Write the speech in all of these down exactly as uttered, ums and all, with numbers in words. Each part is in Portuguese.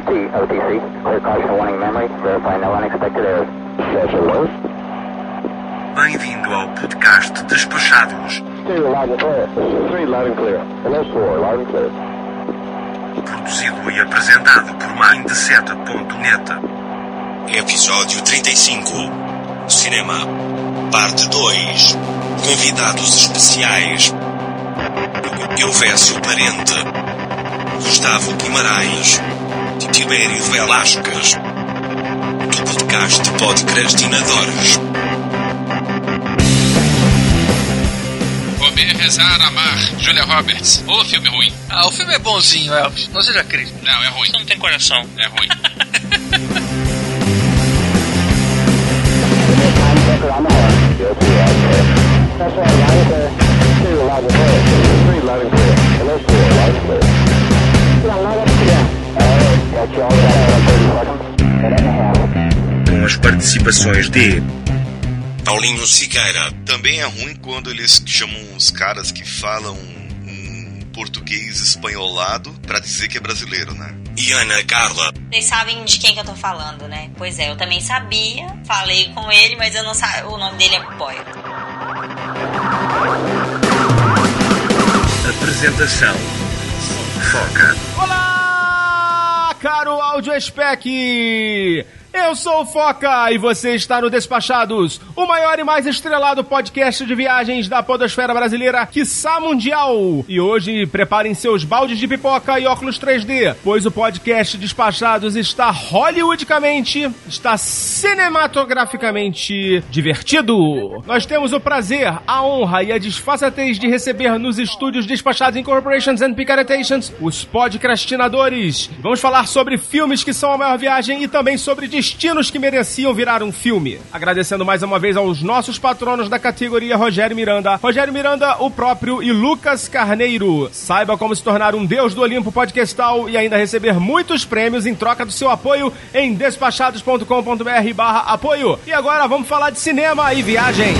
L T, O T C. Clear caution warning memory. Verify no unexpected errors. Yes, alert. Bem-vindo ao podcast Despachados. Stereo loud and clear. three loud and clear. Hello four loud and clear. Produzido e apresentado por Mindset ponto net. Episódio trinta e cinco. Cinema. Parte dois. Convidados especiais. Elvésio Parente, Gustavo Guimarães, Tibério Velasquez, do podcast Podcrastinadores. Comer, rezar, amar, Julia Roberts. Ô, filme ruim. Ah, o filme é bonzinho, Elvis. Não seja crítico. Não, é ruim. Não tem coração. É ruim. Com as participações de Paulinho Siqueira. Também é ruim quando eles chamam os caras que falam um português espanholado pra dizer que é brasileiro, né? E Ana Carla. Vocês sabem de quem que eu tô falando, né? Pois é, eu também sabia, falei com ele, mas eu não sabia, o nome dele é Boy. Apresentação Foca. Olá, caro Audio Spec! Eu sou o Foca e você está no Despachados, o maior e mais estrelado podcast de viagens da podosfera brasileira, quiçá mundial. E hoje preparem seus baldes de pipoca e óculos três D, pois o podcast Despachados está hollywoodicamente, está cinematograficamente divertido. Nós temos o prazer, a honra e a desfaçatez de receber nos estúdios Despachados Incorporations and Picaretations os podcastinadores. Vamos falar sobre filmes que são a maior viagem e também sobre destinos que mereciam virar um filme. Agradecendo mais uma vez aos nossos patronos da categoria Rogério Miranda, Rogério Miranda, o próprio e Lucas Carneiro. Saiba como se tornar um deus do Olimpo podcastal e ainda receber muitos prêmios em troca do seu apoio em despachados.com.br barra apoio. E agora vamos falar de cinema e viagem.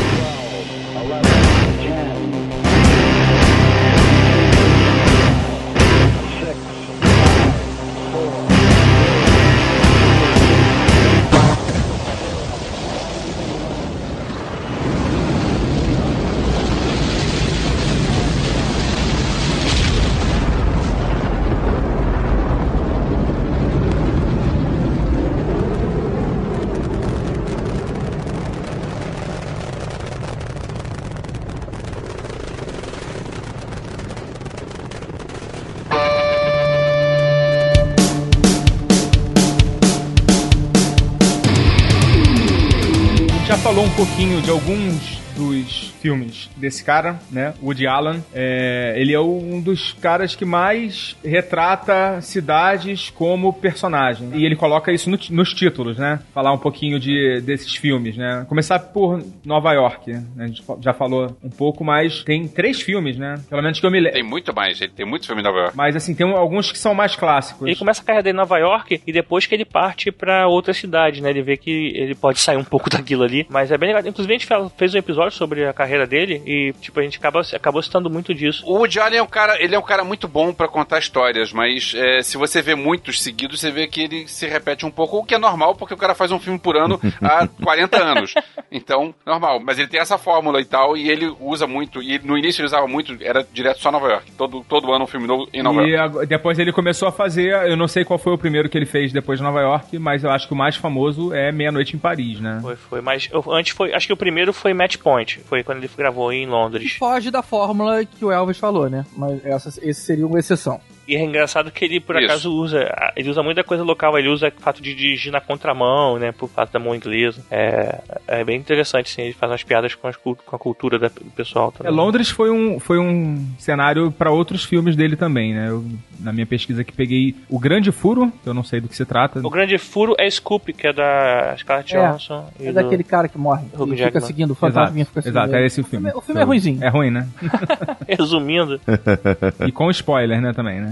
Falou um pouquinho de alguns dos filmes desse cara, né, Woody Allen. É, ele é um dos caras que mais retrata cidades como personagem. E ele coloca isso no, nos títulos, né? Falar um pouquinho de, desses filmes, né? Começar por Nova York, né? A gente já falou um pouco, mas tem três filmes, né? Pelo menos que eu me lembro. Tem muito mais, ele tem muitos filmes em Nova York. Mas assim, tem alguns que são mais clássicos. Ele começa a carreira dele em Nova York e depois que ele parte pra outra cidade, né? Ele vê que ele pode sair um pouco daquilo ali, mas é bem legal. Inclusive a gente fez um episódio sobre a carreira dele e, tipo, a gente acaba, acabou citando muito disso. O Woody Allen é um cara, ele é um cara muito bom pra contar histórias, mas é, se você vê muitos seguidos, você vê que ele se repete um pouco, o que é normal, porque o cara faz um filme por ano há quarenta anos. Então, normal. Mas ele tem essa fórmula e tal, e ele usa muito, e no início ele usava muito, era direto só Nova York. Todo, todo ano um filme novo em Nova e York. E depois ele começou a fazer, eu não sei qual foi o primeiro que ele fez depois de Nova York, mas eu acho que o mais famoso é Meia-Noite em Paris, né? Foi, foi. Mas eu, antes foi, acho que o primeiro foi Match Point, foi quando ele gravou em Londres. E foge da fórmula que o Elvis falou, né? Mas essa, esse seria uma exceção. E é engraçado que ele, por Isso. acaso, usa... Ele usa muita coisa local. Ele usa o fato de dirigir na contramão, né? Por fato da mão inglesa. É, é bem interessante, assim. Ele faz umas piadas com, as, com a cultura da, do pessoal também. É, Londres foi um, foi um cenário para outros filmes dele também, né? Eu, na minha pesquisa aqui, peguei O Grande Furo, que eu não sei do que se trata. O Grande Furo é Scoop, que é da Scarlett É, Johansson. é do... daquele cara que morre. Hugh Que fica Jackman. seguindo o fantasminha. Fica seguindo Exato, ele. é esse o filme. O filme, o filme é ruimzinho. É ruim, né? Resumindo. E com spoiler, né, também, né?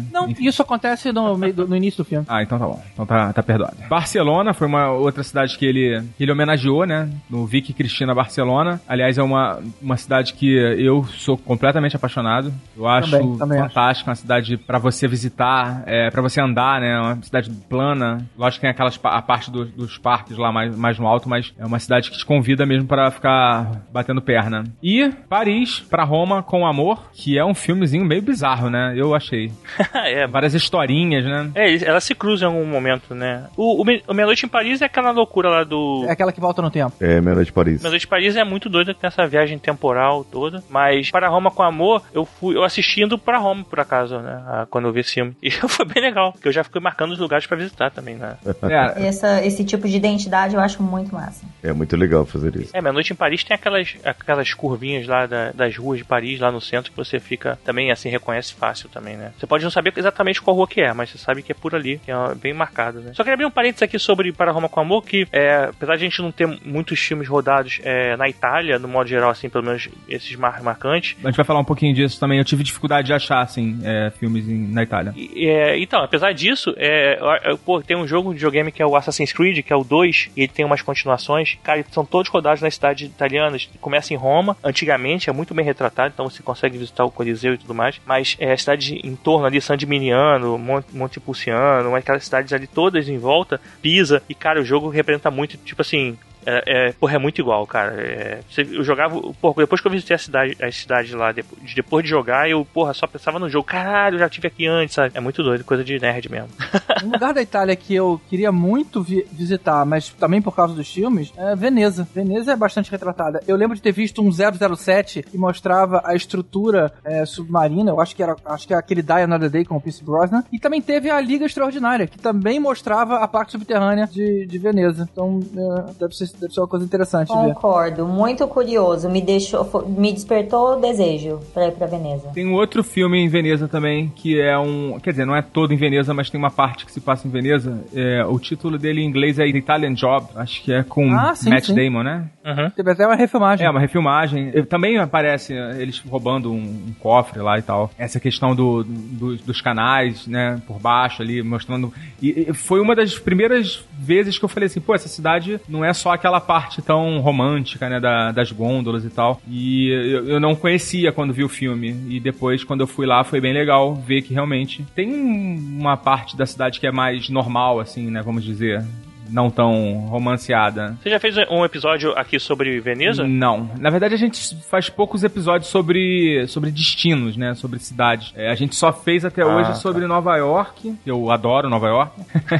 Não, Enfim. isso acontece no, meio do- no início do filme. Ah, então tá bom. Então tá, tá perdoado. Barcelona foi uma outra cidade que ele, que ele homenageou, né? No Vicky Cristina Barcelona. Aliás, é uma, uma cidade que eu sou completamente apaixonado. Eu acho Também, também fantástica, uma cidade pra você visitar, é, pra você andar, né? Uma cidade plana. Lógico que tem aquelas, pa- a parte do- dos parques lá mais, mais no alto, mas é uma cidade que te convida mesmo pra ficar batendo perna. E Paris, pra Roma com Amor, que é um filmezinho meio bizarro, né? Eu achei. é, Várias historinhas, né? é, ela se cruza em algum momento, né? O, o, Me- o Meia Noite em Paris é aquela loucura lá do... É aquela que volta no tempo. É, Meia Noite de Paris. Meia Noite em Paris é muito doido, tem essa viagem temporal toda. Mas Para Roma com Amor, eu fui eu assisti indo pra Roma, por acaso, né? Ah, quando eu vi esse filme. E foi bem legal, porque eu já fiquei marcando os lugares pra visitar também, né? É, Essa, esse tipo de identidade eu acho muito massa. É muito legal fazer isso. É, Meia Noite em Paris tem aquelas, aquelas curvinhas lá da- das ruas de Paris, lá no centro, que você fica também, assim, reconhece fácil também, né? Você pode não saber exatamente qual rua que é, mas você sabe que é por ali, que é bem marcado, né? Só queria abrir um parênteses aqui sobre Para Roma com Amor, que é, apesar de a gente não ter muitos filmes rodados é, na Itália, no modo geral, assim, pelo menos esses mar marcantes. a gente vai falar um pouquinho disso também. Eu tive dificuldade de achar, assim, é, filmes em- na Itália. E, é, então, apesar disso, é, eu- eu- pô, tem um jogo de videogame que é o Assassin's Creed, que é o dois, e ele tem umas continuações. Cara, são todos rodados nas cidades italianas. Começa em Roma, antigamente, é muito bem retratado, então você consegue visitar o Coliseu e tudo mais. Mas é, a cidade em torno ali, San Gimignano, Mon- Montepulciano, aquelas cidades ali todas em volta, Pisa. E, cara, o jogo representa muito, tipo assim... É, é, porra, é muito igual, cara. É, você- eu jogava, porra, depois que eu visitei a cidade, as cidades lá, depois, depois de jogar, eu, porra, só pensava no jogo. Caralho, eu já tive aqui antes, sabe? É muito doido, coisa de nerd mesmo. Um lugar da Itália que eu queria muito vi- visitar, mas também por causa dos filmes, é Veneza. Veneza é bastante retratada. Eu lembro de ter visto um zero zero sete que mostrava a estrutura é, submarina. Eu acho que era acho que é aquele Die Another Day com o Pierce Brosnan. E também teve a Liga Extraordinária, que também mostrava a parte subterrânea de, de Veneza. Então, é, deve ser, deve ser uma coisa interessante de ver. Concordo, muito curioso. Me deixou, fo- me despertou o desejo pra ir pra Veneza. Tem um outro filme em Veneza também, que é um... Quer dizer, não é todo em Veneza, mas tem uma parte que se passa em Veneza. É, o título dele em inglês é Italian Job. Acho que é com Ah, sim, Matt sim. Damon, né? Uhum. Teve até uma refilmagem. É, uma refilmagem. Eh, Também aparece eh, eles roubando um, um cofre lá e tal. Essa questão do, do- dos canais, né, por baixo ali, mostrando... E, e foi uma das primeiras vezes que eu falei assim, pô, essa cidade não é só aquela parte tão romântica, né, da- das gôndolas e tal. E eu, eu não conhecia quando vi o filme. E depois, quando eu fui lá, foi bem legal ver que realmente tem um- uma parte da cidade que é mais normal, assim, né, vamos dizer... Não tão romanceada. Você já fez um episódio aqui sobre Veneza? Não. Na verdade, a gente faz poucos episódios sobre, sobre destinos, né? Sobre cidades. É, a gente só fez até Ah, hoje tá. sobre Nova York. Eu adoro Nova York.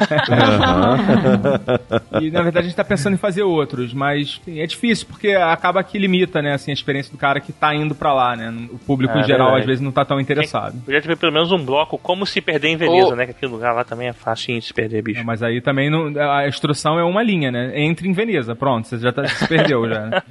E, na verdade, a gente tá pensando em fazer outros. Mas assim, é difícil, porque acaba que limita, né? Assim, a experiência do cara que tá indo pra lá, né? O público, É, em geral, verdade. às vezes, não tá tão interessado. Podia ter pelo menos um bloco, como se perder em Veneza, Ô. né? Que aquele lugar lá também é fácil de se perder, bicho. É, mas aí também não, a instrução é uma linha, né? Entre em Veneza. Pronto, você já tá, se perdeu já. Né?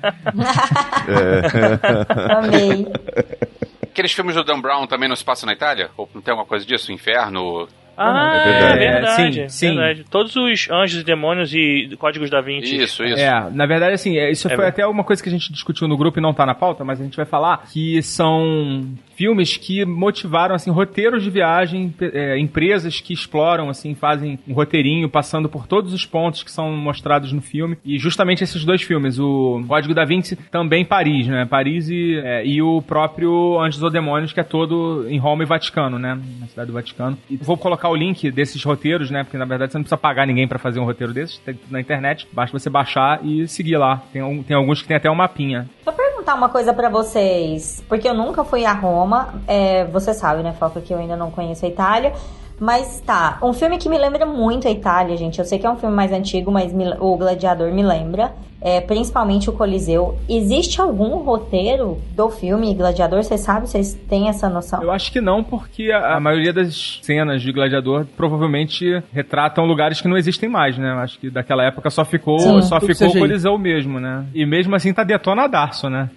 Amei. Aqueles filmes do Dan Brown também não se passam na Itália? Ou não tem alguma coisa disso? Inferno? Ah, É é verdade. verdade. É, sim, sim. verdade. Todos os anjos e demônios e códigos da Vinci. Isso, isso. É, na verdade, assim, é, isso É foi verdade. até uma coisa que a gente discutiu no grupo e não tá na pauta, mas a gente vai falar que são filmes que motivaram, assim, roteiros de viagem, é, empresas que exploram, assim, fazem um roteirinho passando por todos os pontos que são mostrados no filme. E justamente esses dois filmes, o Código da Vinci, também Paris, né? Paris e, é, e o próprio Anjos ou Demônios, que é todo em Roma e Vaticano, né? Na cidade do Vaticano. E vou colocar o link desses roteiros, né? Porque, na verdade, você não precisa pagar ninguém pra fazer um roteiro desses. Tem tudo na internet. Basta você baixar e seguir lá. Tem, um- tem alguns que tem até um mapinha. Vou perguntar uma coisa pra vocês, porque eu nunca fui a Roma. É, você sabe, né, Foca, que eu ainda não conheço a Itália. Mas tá, um filme que me lembra muito a Itália, gente. Eu sei que é um filme mais antigo, mas me- o Gladiador me lembra. É, principalmente o Coliseu. Existe algum roteiro do filme Gladiador? Vocês sabem? Vocês têm essa noção? Eu acho que não, porque a, a maioria das cenas de Gladiador provavelmente retratam lugares que não existem mais, né? Eu acho que daquela época só ficou, Sim, só tudo ficou o C G I. Coliseu mesmo, né? E mesmo assim tá detonadaço, né?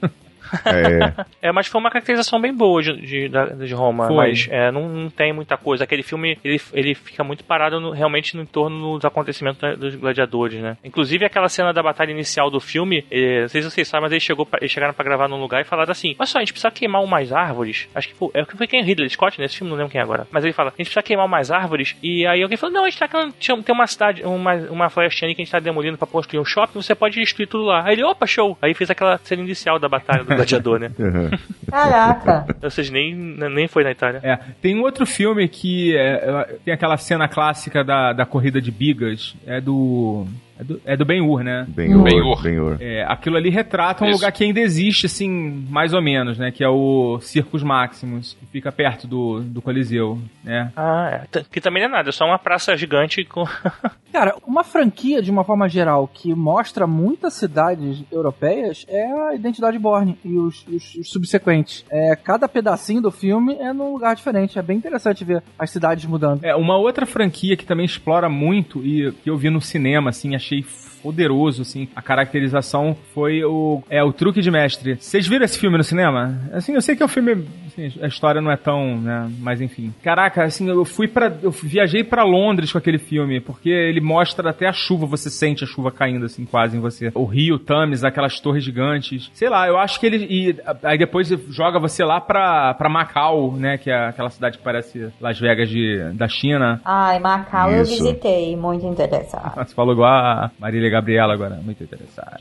É. É, mas foi uma caracterização bem boa de, de, da- de Roma, Foi. mas é, não, não tem muita coisa. Aquele filme, ele, ele fica muito parado no- realmente no entorno dos acontecimentos da- dos gladiadores, né? Inclusive aquela cena da batalha inicial do filme, eh, não sei se vocês sabem, mas eles, chegou pra- eles chegaram pra gravar num lugar e falaram assim, olha só, a gente precisa queimar umas árvores. Acho que foi, é, foi quem? Ridley Scott nesse filme, não lembro quem é agora. Mas ele fala, a gente precisa queimar umas árvores. E aí alguém falou, não, a gente tá querendo, tinha- tem uma cidade, uma, uma florestinha ali que a gente tá demolindo pra construir um shopping, você pode destruir tudo lá. Aí ele, opa, show! Aí fez aquela cena inicial da batalha do gladiador, né? Uhum. Caraca. Ou seja, nem, nem foi na Itália. É, tem um outro filme que é, tem aquela cena clássica da, da corrida de bigas, é do... É do, é do Ben-Hur, né? Ben-Hur. Ben-Hur. Ben-Hur. É, aquilo ali retrata um Isso. lugar que ainda existe, assim, mais ou menos, né? Que é o Circus Maximus, que fica perto do, do Coliseu, né? Ah, é. T- Que também não é nada, é só uma praça gigante com... Cara, uma franquia, de uma forma geral, que mostra muitas cidades europeias é a Identidade Bourne e os, os- os subsequentes. É, cada pedacinho do filme é num lugar diferente. É bem interessante ver as cidades mudando. É, uma outra franquia que também explora muito e que eu vi no cinema, assim, achei poderoso, assim, a caracterização foi o, é, o Truque de Mestre. Vocês viram esse filme no cinema? Assim, eu sei que é um filme, assim, a história não é tão, né, mas enfim. Caraca, assim, eu fui pra, eu viajei pra Londres com aquele filme, porque ele mostra até a chuva, você sente a chuva caindo, assim, quase em você. O rio, Thames, aquelas torres gigantes. Sei lá, eu acho que ele, e aí depois joga você lá pra, pra Macau, né, que é aquela cidade que parece Las Vegas de, da China. Ai, Macau eu Isso. visitei, muito interessado. Você falou igual a Marília Gabriela agora, muito interessante.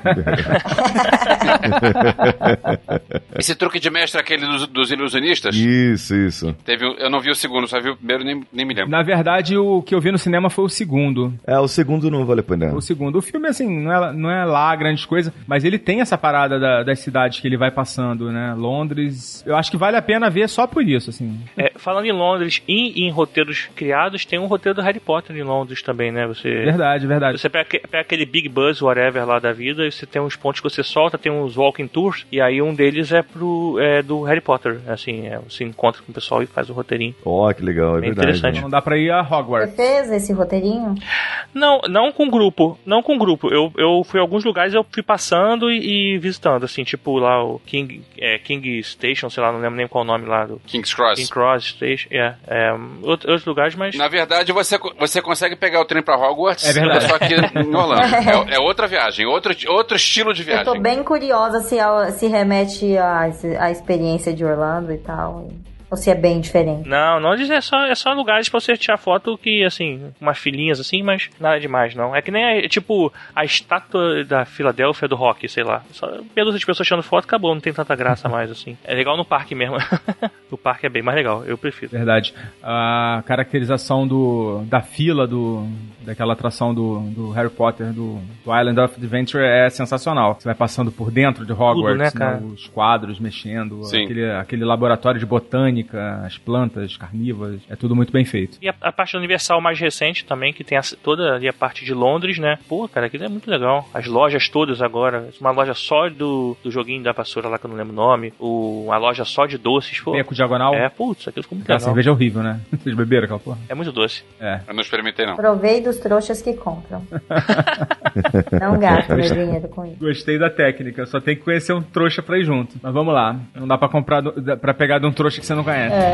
Esse truque de mestre é aquele dos, dos ilusionistas? Isso, isso. Teve, um- eu não vi o segundo, só vi o primeiro, nem, nem me lembro. Na verdade, o que eu vi no cinema foi o segundo. É, o segundo não vale a pena. O segundo. O filme, assim, não é, não é lá grandes coisas, mas ele tem essa parada da- das cidades que ele vai passando, né? Londres, eu acho que vale a pena ver só por isso, assim. É, falando em Londres e em roteiros criados, tem um roteiro do Harry Potter em Londres também, né? Você, Verdade, verdade. você pega, aque- pega aquele Big Buzz, whatever, lá da vida, e você tem uns pontos que você solta, tem uns walking tours, e aí um deles é pro é do Harry Potter. Assim, é, você encontra com o pessoal e faz o roteirinho. Ó, que legal, é Bem verdade. interessante. Não dá pra ir a Você Hogwarts. fez esse roteirinho? Não, não com grupo, não com grupo. Eu, eu fui a alguns lugares, eu fui passando e, e visitando, assim, tipo lá o King, é, King Station, sei lá, não lembro nem qual o nome lá do King's Cross. King Cross Station, é, é outro- outros lugares, mas Na verdade, você, você consegue pegar o trem pra Hogwarts, É verdade. só que em Orlando. É, é outra viagem, outro, outro estilo de Eu viagem. tô bem curiosa se, a- se remete à à experiência de Orlando e tal. Ou se é bem diferente. Não, não é só, é só lugares pra você tirar foto que, assim, umas filinhas assim, mas nada demais, não. É que nem, é, tipo, a estátua da Filadélfia do rock, sei lá. Só meia de pessoas tirando foto, acabou, não tem tanta graça mais, assim. É legal no parque mesmo. No parque é bem mais legal, eu prefiro. Verdade. A caracterização do, da fila do, daquela atração do, do Harry Potter, do, do Island of Adventure, é sensacional. Você vai passando por dentro de Hogwarts, Tudo, né, né, cara? os quadros mexendo, Sim. aquele, aquele laboratório de botânica, as plantas carnívoras, é tudo muito bem feito. E a, a parte da Universal mais recente também, que tem a- toda ali a parte de Londres, né? Pô, cara, aquilo é muito legal. As lojas todas agora. Uma loja só do, do joguinho da vassoura lá, que eu não lembro o nome. O, uma loja só de doces, pô. Beco diagonal, É, putz, aquilo ficou muito aquela legal. cerveja é horrível, né? Vocês beberam aquela porra? É muito doce. É. Eu não experimentei, não. Provei dos trouxas que compram. Não gasto meu dinheiro com isso. Gostei da técnica, só tem que conhecer um trouxa pra ir junto. Mas vamos lá, não dá pra comprar, do- da- pra pegar de um trouxa que você não conhece. É.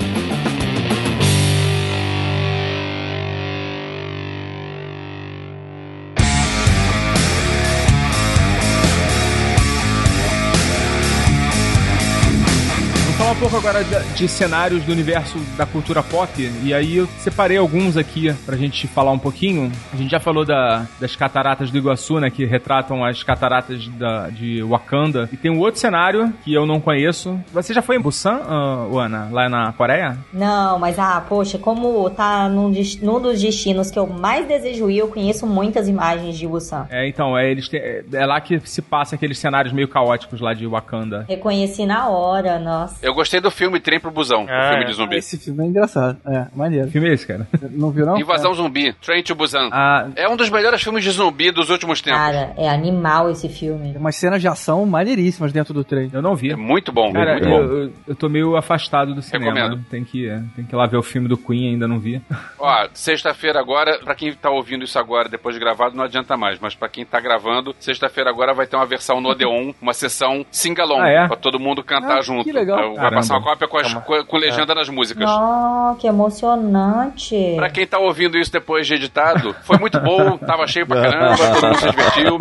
Vamos falar um pouco agora da- de cenários do universo da cultura pop, e aí eu separei alguns aqui pra gente falar um pouquinho. A gente já falou da- das cataratas do Iguaçu, né, que retratam as cataratas da- de Wakanda, e tem um outro cenário que eu não conheço. Você já foi em Busan, uh, Ana, lá na Coreia? Não, mas ah, poxa, como tá num, des- num dos destinos que eu mais desejo ir, eu conheço muitas imagens de Busan. É, então, é, eles têm- é, é lá que se passa aqueles cenários meio caóticos lá de Wakanda. Reconheci na hora, nossa. Eu gostei gostei do filme Trem pro Busão, Ah, o filme de zumbi. Esse filme é engraçado. É, maneiro. Que filme é esse, cara? Não viu, não? Invasão É. Zumbi, Train to Busan. Ah, É um dos melhores filmes de zumbi dos últimos tempos. Cara, é animal esse filme. Tem umas cenas de ação maneiríssimas dentro do trem. eu não vi. É muito bom, Cara, muito eu, bom. eu, eu tô meio afastado do cinema. Recomendo. Tem que, tem que ir lá ver o filme do Queen, ainda não vi. Ó, sexta-feira agora, pra quem tá ouvindo isso agora, depois de gravado, não adianta mais, mas pra quem tá gravando, sexta-feira agora vai ter uma versão no Odeon, uma sessão sing-along, Ah, é? pra todo mundo cantar Ah, junto. que legal. Vai Caramba. passar uma cópia com, as- com, com legenda nas músicas. Nossa, que emocionante. Pra quem tá ouvindo isso depois de editado, foi muito bom, tava cheio pra caramba, todo mundo se divertiu.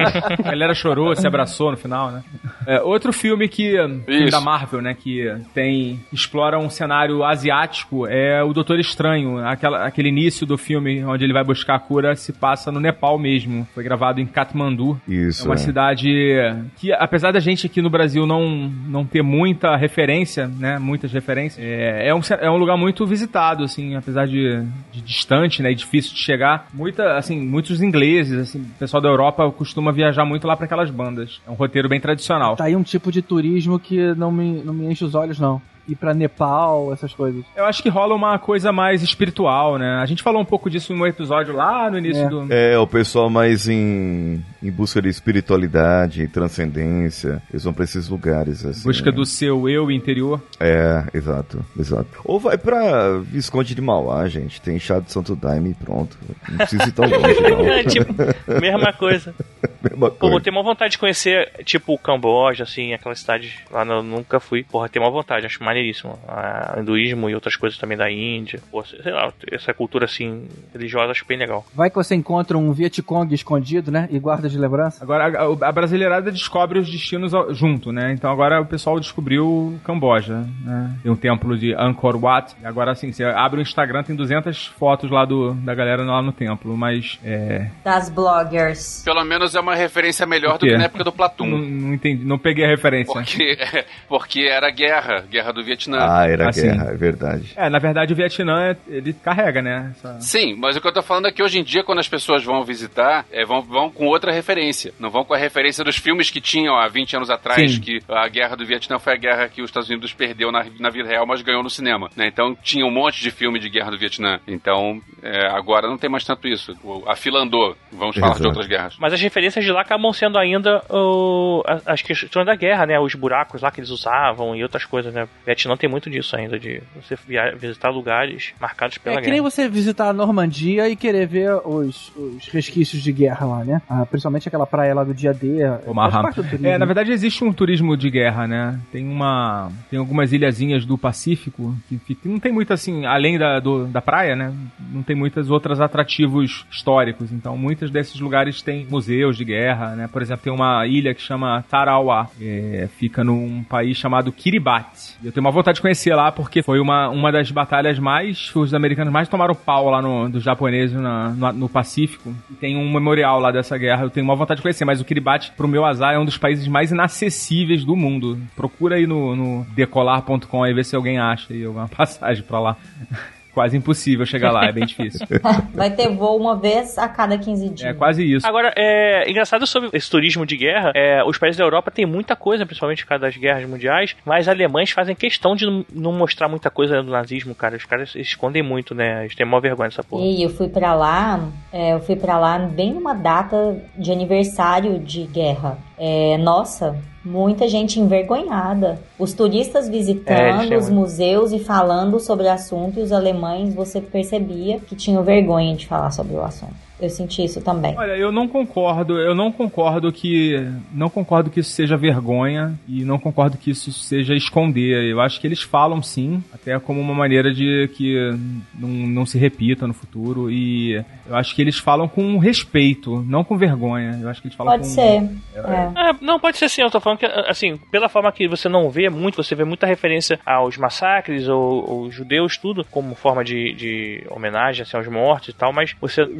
A galera chorou, se abraçou no final, né? É, outro filme que filme Isso. da Marvel, né, que tem explora um cenário asiático é o Doutor Estranho. Aquela, aquele início do filme onde ele vai buscar a cura se passa no Nepal mesmo. Foi gravado em Katmandu. Isso, É uma é. cidade que, apesar da gente aqui no Brasil não, não ter muita referência, né, muitas referências, é, é, um, ce- é um lugar muito visitado, assim, apesar de, de distante, né, e difícil de chegar. Muita, assim, muitos ingleses, assim, o pessoal da Europa costuma viajar muito lá para aquelas bandas. É um roteiro bem tradicional. Tá aí um tipo de turismo que não me, não me enche os olhos, não. Ir pra Nepal, essas coisas. Eu acho que rola uma coisa mais espiritual, né? A gente falou um pouco disso em um episódio lá no início É. do... É, o pessoal mais em, em busca de espiritualidade, transcendência. Eles vão pra esses lugares, assim. Busca do seu eu interior. É, exato, exato. Ou vai pra Visconde de Mauá, gente. Tem chá de Santo Daime e pronto. Não precisa ir tão longe, não. É, tipo, mesma coisa. Mesma Pô, coisa. vou ter uma vontade de conhecer, tipo, o Camboja, assim, aquela cidade lá, eu nunca fui. Porra, tem uma vontade, acho maneiríssimo. Ah, hinduísmo e outras coisas também da Índia. Pô, sei lá, essa cultura, assim, religiosa, acho bem legal. Vai que você encontra um Vietcong escondido, né? E guarda de lembrança. Agora, a, a brasileirada descobre os destinos ao- junto, né? Então agora o pessoal descobriu o Camboja, né? Tem um templo de Angkor Wat. E agora, assim, você abre o Instagram, tem duzentas fotos lá do, da galera lá no templo. Mas, é... Das bloggers. Pelo menos é uma referência melhor do quê? que na época do Não, Platum. não entendi, não peguei a referência. Porque, porque era guerra, guerra do Vietnã. Ah, era Assim. guerra, é verdade. É, na verdade o Vietnã, ele carrega, né? Essa... Sim, mas o que eu tô falando é que hoje em dia, quando as pessoas vão visitar, é, vão, vão com outra referência. Não vão com a referência dos filmes que tinham há vinte anos atrás, Sim. que a guerra do Vietnã foi a guerra que os Estados Unidos perdeu na, na vida real, mas ganhou no cinema, né? Então tinha um monte de filme de guerra do Vietnã. Então, é, agora não tem mais tanto isso. O, a fila andou. Vamos falar Exato. de outras guerras. Mas as referências de lá acabam sendo ainda o, as, as questões da guerra, né? Os buracos lá que eles usavam e outras coisas, né? O Vietnã tem muito disso ainda, de você via- visitar lugares marcados pela É que nem guerra. você visitar a Normandia e querer ver os, os resquícios de guerra lá, né? Ah, principalmente aquela praia lá do dia D. Omaha. faz parte do turismo. É, na verdade existe um turismo de guerra, né? Tem uma, tem algumas ilhazinhas do Pacífico que, que não tem muito assim, além da, do, da praia, né? Não tem muitos outros atrativos históricos. Então, muitos desses lugares têm museus de guerra, né? Por exemplo, tem uma ilha que chama Tarawa, é, fica num país chamado Kiribati. Eu tenho uma vontade de conhecer lá porque foi uma, uma das batalhas mais, os americanos mais tomaram pau lá no, dos japoneses na- no, no Pacífico. E tem um memorial lá dessa guerra. Eu tenho uma vontade de conhecer, mas o Kiribati, pro meu azar, é um dos países mais inacessíveis do mundo. Procura aí no, no decolar ponto com e ver se alguém acha aí alguma passagem pra lá. Quase impossível chegar lá, é bem difícil. Vai ter voo uma vez a cada quinze dias. É quase isso. Agora, é engraçado sobre esse turismo de guerra, é, os países da Europa têm muita coisa, principalmente por causa das guerras mundiais, mas alemães fazem questão de não- não mostrar muita coisa do nazismo, cara. Os caras escondem muito, né? Eles têm maior vergonha dessa porra. E eu fui pra lá, é, eu fui pra lá bem numa data de aniversário de guerra. É, nossa, muita gente envergonhada. Os turistas É, visitando eles têm os muito. museus e falando sobre o assunto, e os alemães, você percebia que tinham vergonha de falar sobre o assunto. Eu senti isso também. Olha, eu não concordo, eu não concordo que não concordo que isso seja vergonha e não concordo que isso seja esconder. Eu acho que eles falam sim, até como uma maneira de que não, não se repita no futuro, e eu acho que eles falam com respeito, não com vergonha. Eu acho que eles falam Pode com ser. É. É, não, pode ser sim, eu tô falando que, assim, pela forma que você não vê muito, você vê muita referência aos massacres, ou aos judeus, tudo, como forma de, de homenagem, assim, aos mortos e tal, mas você vê muito pouca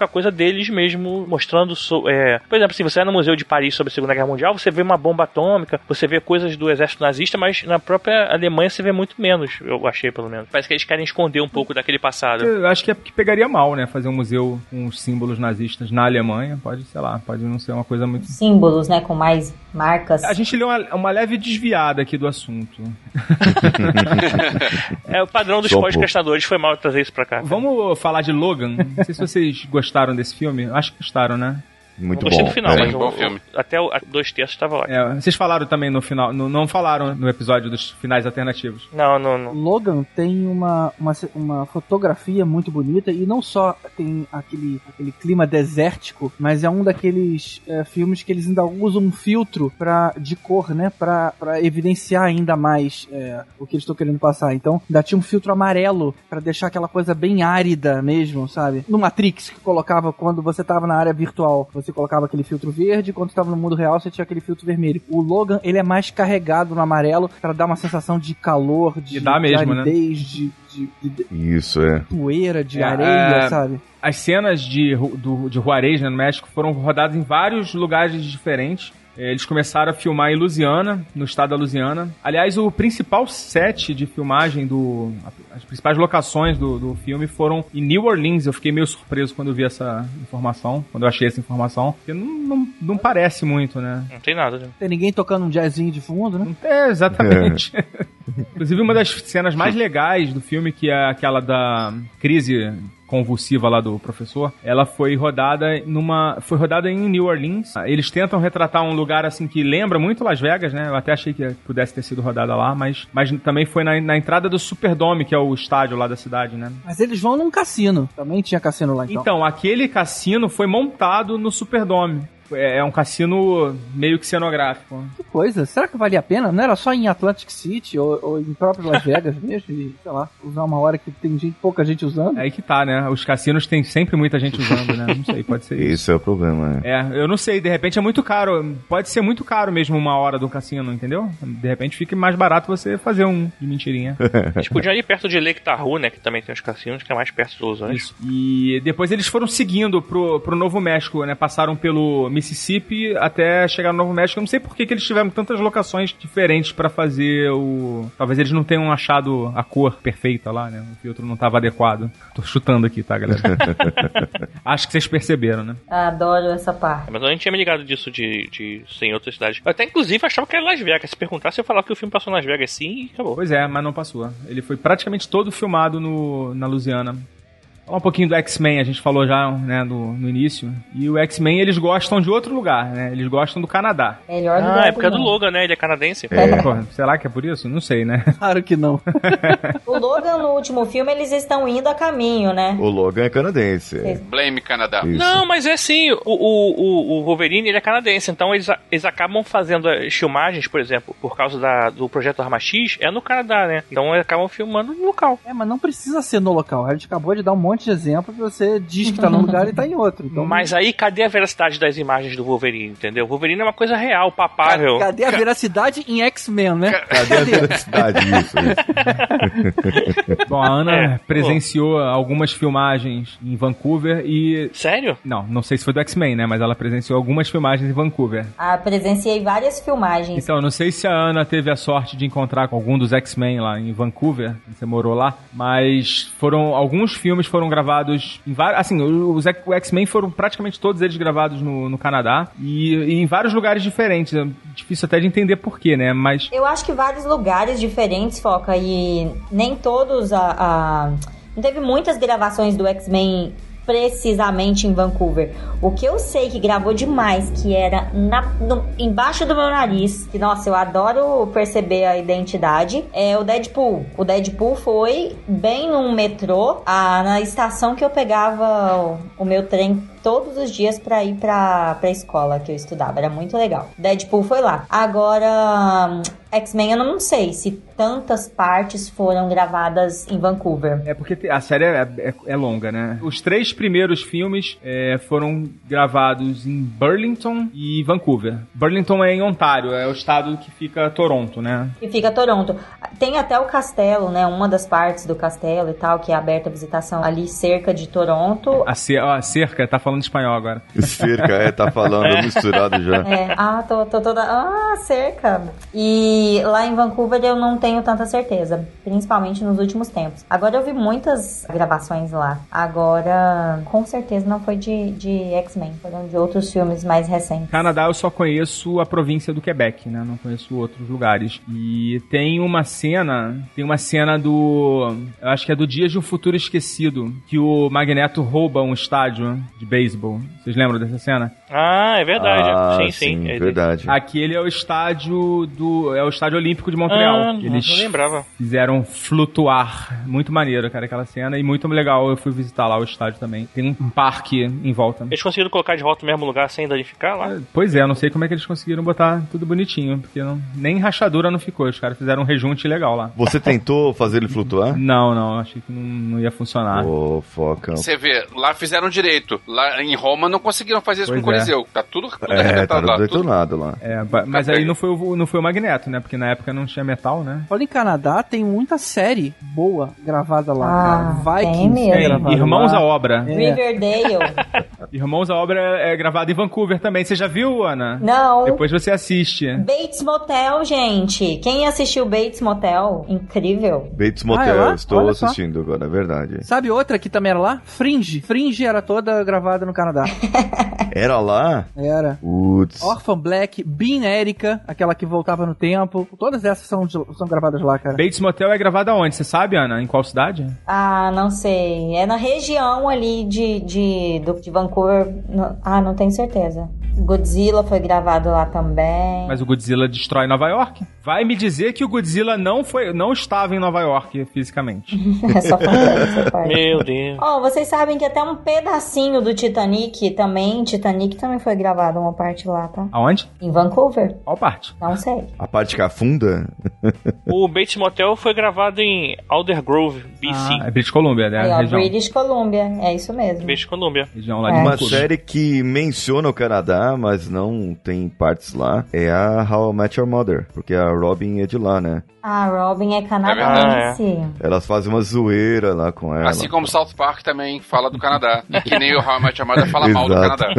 com a coisa deles mesmo, mostrando, so, é, por exemplo, se você vai no Museu de Paris sobre a Segunda Guerra Mundial, você vê uma bomba atômica, você vê coisas do exército nazista, mas na própria Alemanha você vê muito menos, eu achei pelo menos. Parece que eles querem esconder um pouco daquele passado. Eu acho que é que pegaria mal, né, fazer um museu com os símbolos nazistas na Alemanha, pode, sei lá, pode não ser uma coisa muito... Símbolos, né, com mais marcas. A gente leu uma, uma leve desviada aqui do assunto. É o padrão dos podcastadores, foi mal trazer isso pra cá. Vamos falar de Logan? Não sei se vocês gostaram desse filme. Acho que gostaram, né? Muito não gostei bom. do final, é. mas bom o, filme. até o, a dois terços estava ótimo. É, vocês falaram também no final, no, não falaram no episódio dos finais alternativos. Não, não, não. Logan tem uma, uma, uma fotografia muito bonita e não só tem aquele, aquele clima desértico, mas é um daqueles é, filmes que eles ainda usam um filtro pra, de cor, né, pra, pra evidenciar ainda mais é, o que eles estão querendo passar. Então, ainda tinha um filtro amarelo pra deixar aquela coisa bem árida mesmo, sabe? No Matrix, que colocava quando você tava na área virtual, você colocava aquele filtro verde, quando estava no mundo real você tinha aquele filtro vermelho. O Logan, ele é mais carregado no amarelo pra dar uma sensação de calor, de, E dá mesmo, de aridez, né? de, de, de, de Isso, é. poeira, de É, areia, é... sabe? As cenas de, do, de Juarez, né, no México, foram rodadas em vários lugares diferentes. Eles começaram a filmar em Louisiana, no estado da Louisiana. Aliás, o principal set de filmagem, do, as principais locações do, do filme foram em New Orleans. Eu fiquei meio surpreso quando eu vi essa informação, quando eu achei essa informação. Porque não, não, não parece muito, né? Não tem nada, né? Tem ninguém tocando um jazzinho de fundo, né? É, exatamente. Inclusive, uma das cenas mais legais do filme, que é aquela da crise convulsiva lá do professor, ela foi rodada numa... Foi rodada em New Orleans. Eles tentam retratar um lugar, assim, que lembra muito Las Vegas, né? Eu até achei que pudesse ter sido rodada lá, mas, mas também foi na, na entrada do Superdome, que é o estádio lá da cidade, né? Mas eles vão num cassino. Também tinha cassino lá, então. Então, aquele cassino foi montado no Superdome. É um cassino meio que cenográfico. Que coisa, será que valia a pena? Não era só em Atlantic City ou, ou em próprio Las Vegas mesmo? E, sei lá, usar uma hora que tem gente, pouca gente usando? É aí que tá, né? Os cassinos tem sempre muita gente usando, né? Não sei, pode ser isso. Esse é o problema, né? É, eu não sei, de repente é muito caro. Pode ser muito caro mesmo uma hora do cassino, entendeu? De repente fica mais barato você fazer um de mentirinha. A gente podia ir perto de Lake Tahoe, né? Que também tem os cassinos, que é mais perto dos Los Angeles. Isso. E depois eles foram seguindo pro, pro Novo México, né? Passaram pelo Mississippi até chegar no Novo México. Eu não sei por que, que eles tiveram tantas locações diferentes pra fazer o... Talvez eles não tenham achado a cor perfeita lá, né? O filtro não tava adequado. Tô chutando aqui, tá, galera? Acho que vocês perceberam, né? Adoro essa parte. Mas eu nem tinha me ligado disso de, de ser em outras cidades. Eu até, inclusive, achava que era Las Vegas. Se perguntasse, eu ia falar que o filme passou em Las Vegas sim e acabou. Pois é, mas não passou. Ele foi praticamente todo filmado no, na Louisiana. Falar um pouquinho do X-Men, a gente falou já, né, no, no início. E o X-Men, eles gostam de outro lugar, né? Eles gostam do Canadá. Melhor do Ah, é porque é do Logan, né? Ele é canadense. É. Pô, será que é por isso? Não sei, né? Claro que não. O Logan, no último filme, eles estão indo a caminho, né? O Logan é canadense. É. Blame Canadá. Isso. Não, mas é assim, o, o, o Wolverine ele é canadense, então eles, eles acabam fazendo as filmagens, por exemplo, por causa da, do projeto Arma X, é no Canadá, né? Então eles acabam filmando no local. É, mas não precisa ser no local. A gente acabou de dar um monte de exemplo pra você diz que tá num lugar e tá em outro. Então, mas aí, cadê a veracidade das imagens do Wolverine, entendeu? O Wolverine é uma coisa real, papável. Cadê a veracidade em X-Men, né? Cadê a veracidade? Isso, isso. Bom, a Ana É, presenciou algumas filmagens em Vancouver e... Sério? Não, não sei se foi do X-Men, né? Mas ela presenciou algumas filmagens em Vancouver. Ah, presenciei várias filmagens. Então, eu não sei se a Ana teve a sorte de encontrar com algum dos X-Men lá em Vancouver, você morou lá, mas foram alguns filmes foram gravados em vários, assim, os X-Men foram praticamente todos eles gravados no, no Canadá e, e em vários lugares diferentes. É difícil até de entender porquê, né? Mas Eu acho que vários lugares diferentes, Foca, e nem todos a... a... Não teve muitas gravações do X-Men precisamente em Vancouver. O que eu sei que gravou demais, que era na, no, embaixo do meu nariz, que, nossa, eu adoro perceber a identidade, é o Deadpool. O Deadpool foi bem num metrô, a, na estação que eu pegava o, o meu trem todos os dias pra ir pra, pra escola que eu estudava. Era muito legal. Deadpool foi lá. Agora, X-Men eu não sei se tantas partes foram gravadas em Vancouver. É porque a série é, é, é longa, né? Os três primeiros filmes é, foram gravados em Burlington e Vancouver. Burlington é em Ontário, é o estado que fica Toronto, né? Que fica Toronto. Tem até o castelo, né? Uma das partes do castelo e tal, que é aberta a visitação ali cerca de Toronto. A, cer a cerca, tá falando espanhol agora. Cerca, é, tá falando é. misturado já. É, ah, tô, tô toda... Ah, cerca. E lá em Vancouver eu não tenho tanta certeza, principalmente nos últimos tempos. Agora eu vi muitas gravações lá. Agora, com certeza não foi de, de X-Men, foram de outros filmes mais recentes. Canadá eu só conheço a província do Quebec, né? Não conheço outros lugares. E tem uma cena, tem uma cena do... eu acho que é do Dias de um Futuro Esquecido, que o Magneto rouba um estádio de beisebol. Vocês lembram dessa cena? Ah, é verdade. Ah, sim, sim. sim é verdade. Aquele é o estádio do... é o Estádio Olímpico de Montreal. Ah, Eles não lembrava. Fizeram flutuar. Muito maneiro, cara, aquela cena. E muito legal. Eu fui visitar lá o estádio também. Tem um parque em volta. Eles conseguiram colocar de volta no mesmo lugar sem danificar lá? Pois é, não sei como é que eles conseguiram botar tudo bonitinho. Porque não, nem rachadura não ficou. Os caras fizeram um rejunte legal lá. Você tentou fazer ele flutuar? Não, não. Achei que não, não ia funcionar. Ô, oh, foca. Você vê, lá fizeram direito. Lá em Roma não conseguiram fazer isso pois com o é. Coliseu. Tá tudo, tudo é, arrebentado tá lá. detonado tudo... lá. É, mas aí não foi, o, não foi o Magneto, né? Porque na época não tinha metal, né? Olha, em Canadá tem muita série boa gravada lá, Ah, cara. tem Vikings mesmo. é Tem gravado Irmãos lá. à Obra. É. Riverdale. Irmãos à Obra é gravado em Vancouver também. Você já viu, Ana? Não. Depois você assiste. Bates Motel, gente. Quem assistiu Bates Motel? Incrível. Bates Ah, Motel, é lá? estou Olha só. assistindo agora, é verdade. Sabe outra que também era lá? Fringe. Fringe era toda gravada no Canadá. Era lá? Era. Putz. Orphan Black, Bean Erica, aquela que voltava no tempo. Todas essas são, são gravadas lá, cara. Bates Motel é gravado aonde? Você sabe, Ana? Em qual cidade? Ah, não sei. É na região ali de, de, do, de Vancouver. No- ah, não tenho certeza. Godzilla foi gravado lá também. Mas o Godzilla destrói Nova York. Vai me dizer que o Godzilla não, foi, não estava em Nova York fisicamente. É só falando essa parte. Meu Deus. Oh, vocês sabem que até um pedacinho do Titanic também, Titanic também foi gravado uma parte lá, tá? Aonde? Em Vancouver? Qual parte? Não sei. A parte que afunda? O Bates Motel foi gravado em Aldergrove, B C. Ah, é British Columbia, né? Aí, ó, Região, British Columbia, é isso mesmo. British Columbia. região lá É. de Uma Vancouver. série que menciona o Canadá, mas não tem partes lá, é a How I Met Your Mother, porque a Robin é de lá, né? Ah, Robin é É canadense. Elas fazem uma zoeira lá com ela. Assim como South Park também fala do Canadá. Que nem o How I Met Your Mother fala mal do Exato. Canadá.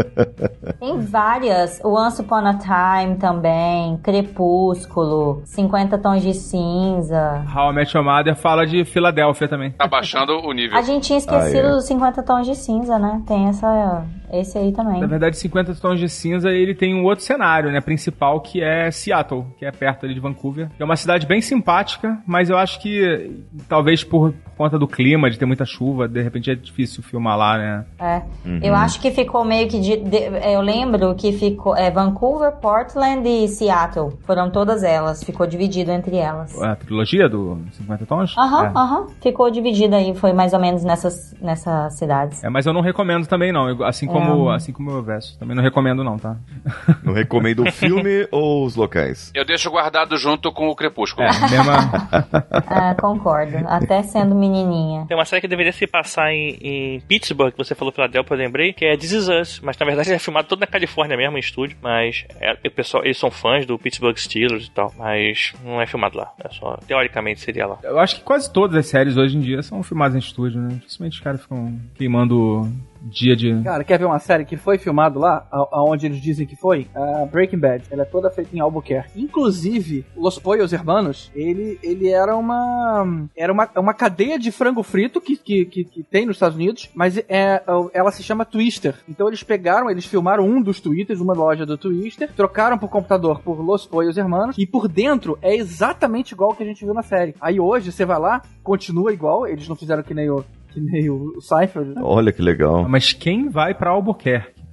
Tem várias. Once Upon a Time também, Crepúsculo, cinquenta Tons de Cinza. How I Met Your Mother fala de Filadélfia também. Tá baixando o nível. A gente tinha esquecido Ah, é. dos cinquenta Tons de Cinza, né? Tem essa, esse aí também. Na verdade, cinquenta Tons de Cinza, ele tem um outro cenário, né, principal, que é Seattle, que é perto ali de Vancouver. É uma cidade bem simpática, mas eu acho que talvez por conta do clima, de ter muita chuva, de repente é difícil filmar lá, né? É. Uhum. Eu acho que ficou meio que... De, de- eu lembro que ficou... É, Vancouver, Portland e Seattle. Foram todas elas. Ficou dividido entre elas. A trilogia do cinquenta Tons? Aham, é. aham. Ficou dividido aí. Foi mais ou menos nessas, nessas cidades. É, mas eu não recomendo também, não. Eu- assim, como, assim como o Verso. Também não recomendo, não, tá? Não recomendo o filme ou os locais? Eu deixo guardado junto com o Crepúsculo. É, mesma... Ah, concordo. Até sendo menininha. Tem uma série que deveria se passar em, em Pittsburgh, que você falou Philadelphia, eu lembrei, que é This Is Us. Mas na verdade é filmado todo na Califórnia mesmo, em estúdio. Mas é, o pessoal, eles são fãs do Pittsburgh Steelers e tal. Mas não é filmado lá. É só, teoricamente seria lá. Eu acho que quase todas as séries hoje em dia são filmadas em estúdio, né? Dificilmente os caras ficam queimando dia de... Cara, quer ver uma série que foi filmado lá, a- aonde eles dizem que foi? A Breaking Bad. Ela é toda feita em Albuquerque. Inclusive, Los Pollos Hermanos, ele, ele era uma era uma, uma cadeia de frango frito que, que, que, que tem nos Estados Unidos, mas é, ela se chama Twister. Então eles pegaram, eles filmaram um dos Twitters, uma loja do Twister, trocaram pro computador por Los Pollos Hermanos, e por dentro é exatamente igual ao que a gente viu na série. Aí hoje, você vai lá, continua igual, eles não fizeram que nem o, que nem o Seinfeld, né? Olha que legal. Mas quem vai pra Albuquerque?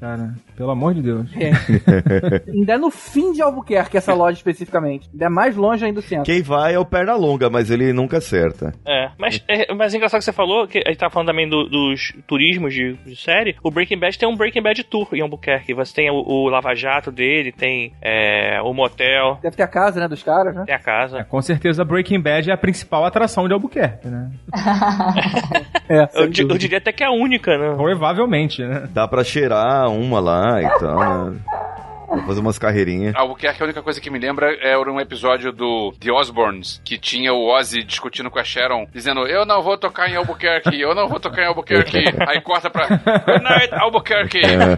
cara. Pelo amor de Deus. É. Ainda é no fim de Albuquerque, essa loja especificamente. Ainda é mais longe ainda do centro. Quem vai é o Pernalonga, mas ele nunca acerta. É, mas é, mas é engraçado que você falou, que a gente tá falando também do, dos turismos de, de série. O Breaking Bad tem um Breaking Bad Tour em Albuquerque. Você tem o, o Lava Jato dele, tem é, o motel. Deve ter a casa, né, dos caras, né? Tem a casa. É, com certeza Breaking Bad é a principal atração de Albuquerque, né? É, eu, eu diria até que é a única, né? Provavelmente, né? Dá pra cheirar uma lá e tal, né? Vou fazer umas carreirinhas. Albuquerque, a única coisa que me lembra é um episódio do The Osbournes, que tinha o Ozzy discutindo com a Sharon, dizendo, eu não vou tocar em Albuquerque, eu não vou tocar em Albuquerque. Aí corta pra Good night, Albuquerque.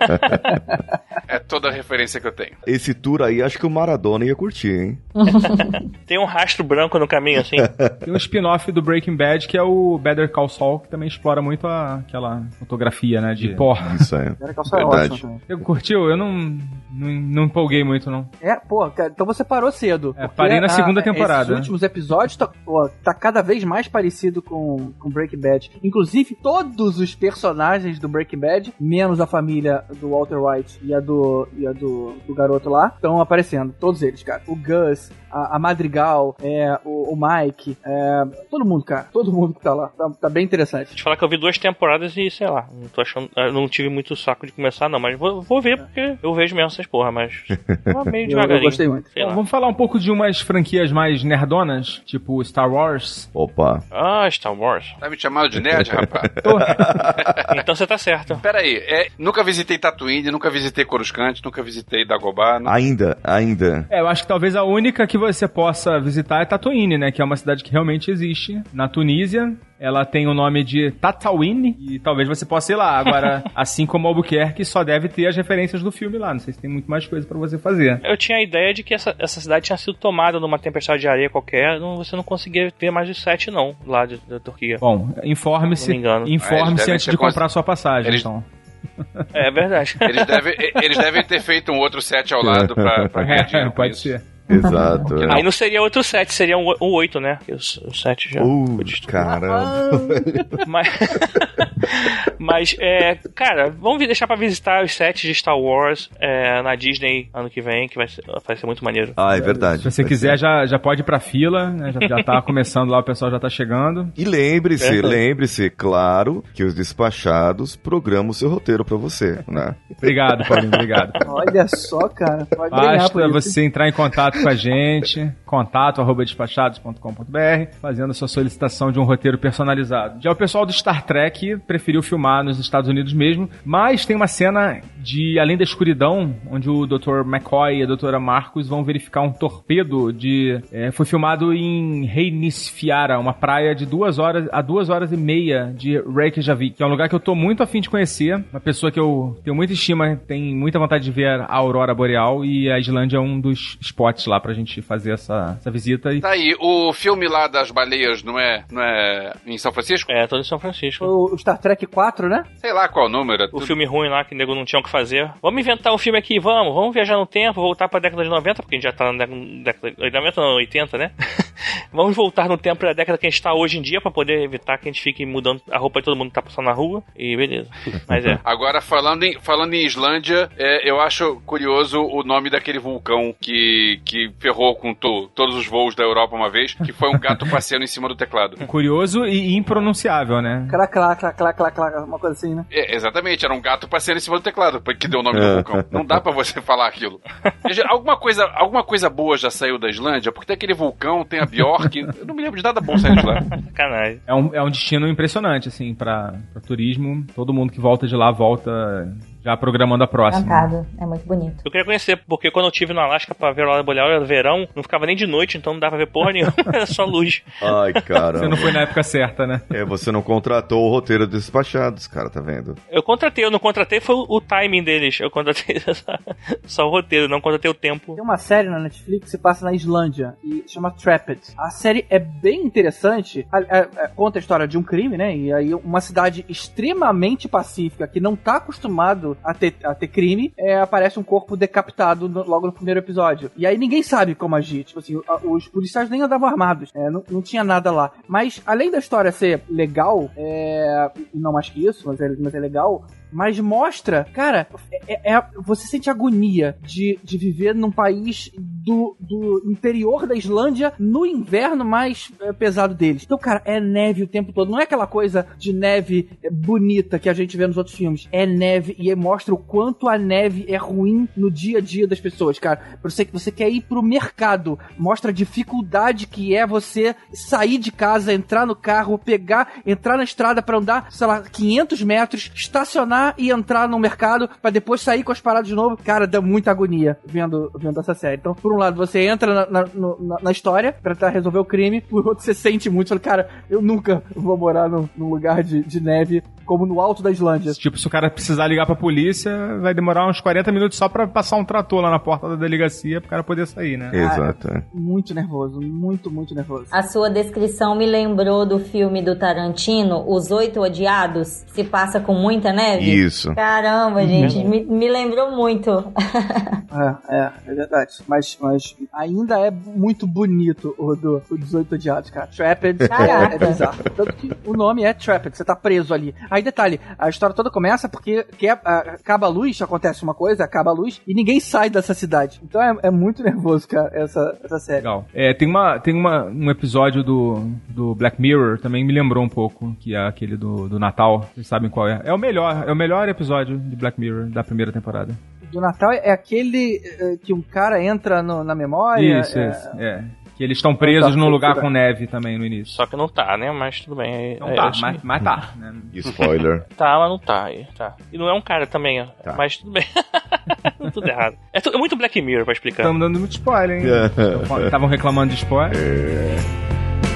É toda a referência que eu tenho. Esse tour aí, acho que o Maradona ia curtir, hein? Tem um rastro branco no caminho, assim. Tem um spin-off do Breaking Bad, que é o Better Call Saul, que também explora muito a, aquela fotografia, né, de pó. Isso aí. Better Call Saul é Verdade. ótimo também. Eu curtiu? Eu não, não, não empolguei muito, não. É, pô, cara, então você parou cedo. É, parei na a- segunda temporada. Esses últimos episódios tá, pô, tá cada vez mais parecido com, com Breaking Bad. Inclusive, todos os personagens do Breaking Bad, menos a família do Walter White e a do, e a do, do garoto lá, estão aparecendo. Todos eles, cara. O Gus, a, a Madrigal, é, o, o Mike, é, todo mundo, cara. Todo mundo que tá lá. Tá, tá bem interessante. Te falar que eu vi duas temporadas e, sei lá, não tô achando. Eu não tive muito saco de começar, não, mas vou, vou ver porque eu vejo mesmo essas porra, mas. Tá meio Eu, devagarinho. eu gostei muito. Sei Bom, lá. vamos falar um pouco de umas franquias mais nerdonas, tipo Star Wars. Opa. Ah, Star Wars. Tá me chamando de nerd, rapaz? Então você tá certo. Pera aí, é, nunca visitei Tatooine, nunca visitei Coruscant, nunca visitei Dagobah. Não... Ainda, ainda. É, eu acho que talvez a única que você possa visitar é Tatooine, né? Que é uma cidade que realmente existe na Tunísia. Ela tem o nome de Tatooine e talvez você possa ir lá. Agora, assim como Albuquerque, só deve ter as referências do filme lá. Não sei se tem muito mais coisa pra você fazer. Eu tinha a ideia de que essa, essa cidade tinha sido tomada numa tempestade de areia qualquer. Não, você não conseguia ver mais os sete, não, lá de, da Turquia. Bom, informe-se, Não me engano. Ah, eles informe-se devem antes ter de cons- comprar sua passagem, Eles- então. É verdade. Eles devem, eles devem ter feito um outro set ao lado pra, pra ganhar dinheiro com Pode isso. ser. Exato. é. Aí não seria outro sete, seria um, um oito, né? Porque os, os sete já Uh, foi destruído. caramba. Mas, mas é, cara, vamos deixar pra visitar os sets de Star Wars é, na Disney ano que vem, que vai ser, vai ser muito maneiro. Ah, é verdade. Se você Vai quiser, ser. já, já pode ir pra fila, né? Já, já tá começando lá, o pessoal já tá chegando. E lembre-se, É. lembre-se, claro, que os despachados programam o seu roteiro pra você, né? Obrigado, Paulinho, obrigado. Olha só, cara. Pode ganhar por Basta isso. você entrar em contato com a gente, contato arroba despachados ponto com ponto b r, fazendo a sua solicitação de um roteiro personalizado. Já o pessoal do Star Trek preferiu filmar nos Estados Unidos mesmo, mas tem uma cena de Além da Escuridão, onde o doutor McCoy e a doutora Marcos vão verificar um torpedo de... é, foi filmado em Reynisfiara, uma praia de duas horas a duas horas e meia de Reykjavik, que é um lugar que eu tô muito afim de conhecer, uma pessoa que eu tenho muita estima, tem muita vontade de ver a aurora boreal, e a Islândia é um dos spots lá pra gente fazer essa, essa visita. E Tá aí, o filme lá das baleias não é, não é em São Francisco? É, tô em São Francisco. O, o Star Trek quatro, né? Sei lá qual número. é O tudo- filme ruim lá que o nego não tinha o que fazer. Vamos inventar um filme aqui, vamos. Vamos viajar no tempo, voltar pra década de noventa, porque a gente já tá na década de noventa, não, oitenta, né? Vamos voltar no tempo pra década que a gente tá hoje em dia, pra poder evitar que a gente fique mudando a roupa de todo mundo que tá passando na rua. E beleza. Mas é. Agora, falando em, falando em Islândia, é, eu acho curioso o nome daquele vulcão que, que ferrou com to- todos os voos da Europa uma vez, que foi um gato passeando em cima do teclado. curioso e impronunciável, né? Clá, clá, clá, clá, clá, clá, uma coisa assim, né? É, exatamente, era um gato passeando em cima do teclado, que deu o nome do vulcão. Não dá pra você falar aquilo. Veja, alguma coisa, alguma coisa boa já saiu da Islândia, porque tem aquele vulcão, tem a Bjork, eu não me lembro de nada bom saindo de lá. Sacanagem. É um, é um destino impressionante, assim, pra, pra turismo. Todo mundo que volta de lá volta já programando a próxima. Encantado. É muito bonito. Eu queria conhecer, porque quando eu estive no Alasca pra ver a aurora boreal, era verão, não ficava nem de noite, então não dava pra ver porra nenhuma, era só luz. Ai, caramba. Você não foi na época certa, né? É, você não contratou o roteiro dos despachados, cara, tá vendo? Eu contratei, eu não contratei, foi o, o timing deles. Eu contratei só, só o roteiro, não contratei o tempo. Tem uma série na Netflix que se passa na Islândia e se chama Trapped. A série é bem interessante. A- a- a- conta a história de um crime, né? E aí uma cidade extremamente pacífica que não tá acostumado a ter, a ter crime, é, aparece um corpo decapitado no- logo no primeiro episódio. E aí ninguém sabe como agir. Tipo assim, a- os policiais nem andavam armados. É, não, não tinha nada lá. Mas além da história ser legal, é, e não mais que isso, mas é, mas é legal, mas mostra, cara, é, é, você sente agonia de, de viver num país do, do interior da Islândia no inverno mais é, pesado deles. Então, cara, é neve o tempo todo. Não é aquela coisa de neve bonita que a gente vê nos outros filmes. É neve e mostra o quanto a neve é ruim no dia a dia das pessoas, cara. Você que você quer ir pro mercado, mostra a dificuldade que é você sair de casa, entrar no carro, pegar, entrar na estrada pra andar, sei lá, quinhentos metros, estacionar e entrar no mercado pra depois sair com as paradas de novo. Cara, dá muita agonia vendo, vendo essa série. Então, por um lado, você entra na, na, na, na história pra tentar resolver o crime, por outro, você sente muito, fala, cara, eu nunca vou morar num, num lugar de, de neve como no alto da Islândia. Tipo, se o cara precisar ligar pra polícia, vai demorar uns quarenta minutos só pra passar um trator lá na porta da delegacia pro cara poder sair, né? Exato. Ah, muito nervoso, muito, muito nervoso. A sua descrição me lembrou do filme do Tarantino, Os Oito Odiados, se passa com muita neve. Isso. Caramba, gente, me, me lembrou muito. É, é, é verdade. Mas, mas ainda é muito bonito o do o dezoito Odiados, cara. Trapped é, é bizarro. Tanto que o nome é Trapped, você tá preso ali. Aí, detalhe, a história toda começa porque que é, acaba a luz, acontece uma coisa, acaba a luz, e ninguém sai dessa cidade. Então é, é muito nervoso, cara, essa, essa série. Legal. É, tem uma, tem uma, um episódio do, do Black Mirror, também me lembrou um pouco, que é aquele do, do Natal. Vocês sabem qual é. É o melhor, é o melhor episódio de Black Mirror da primeira temporada. Do Natal é aquele uh, que um cara entra no, na memória. Isso, é... isso, é. Que eles estão presos tá, num lugar tá. com neve também no início. Só que não tá, né? Mas tudo bem. Não é, tá, é, mas, mas tá. Né? Spoiler. Tá, mas não tá. Tá. E não é um cara também, ó. Tá. Mas tudo bem. Tudo errado. É, tudo, é muito Black Mirror pra explicar. Estamos dando muito spoiler, hein? Estavam reclamando de spoiler. É.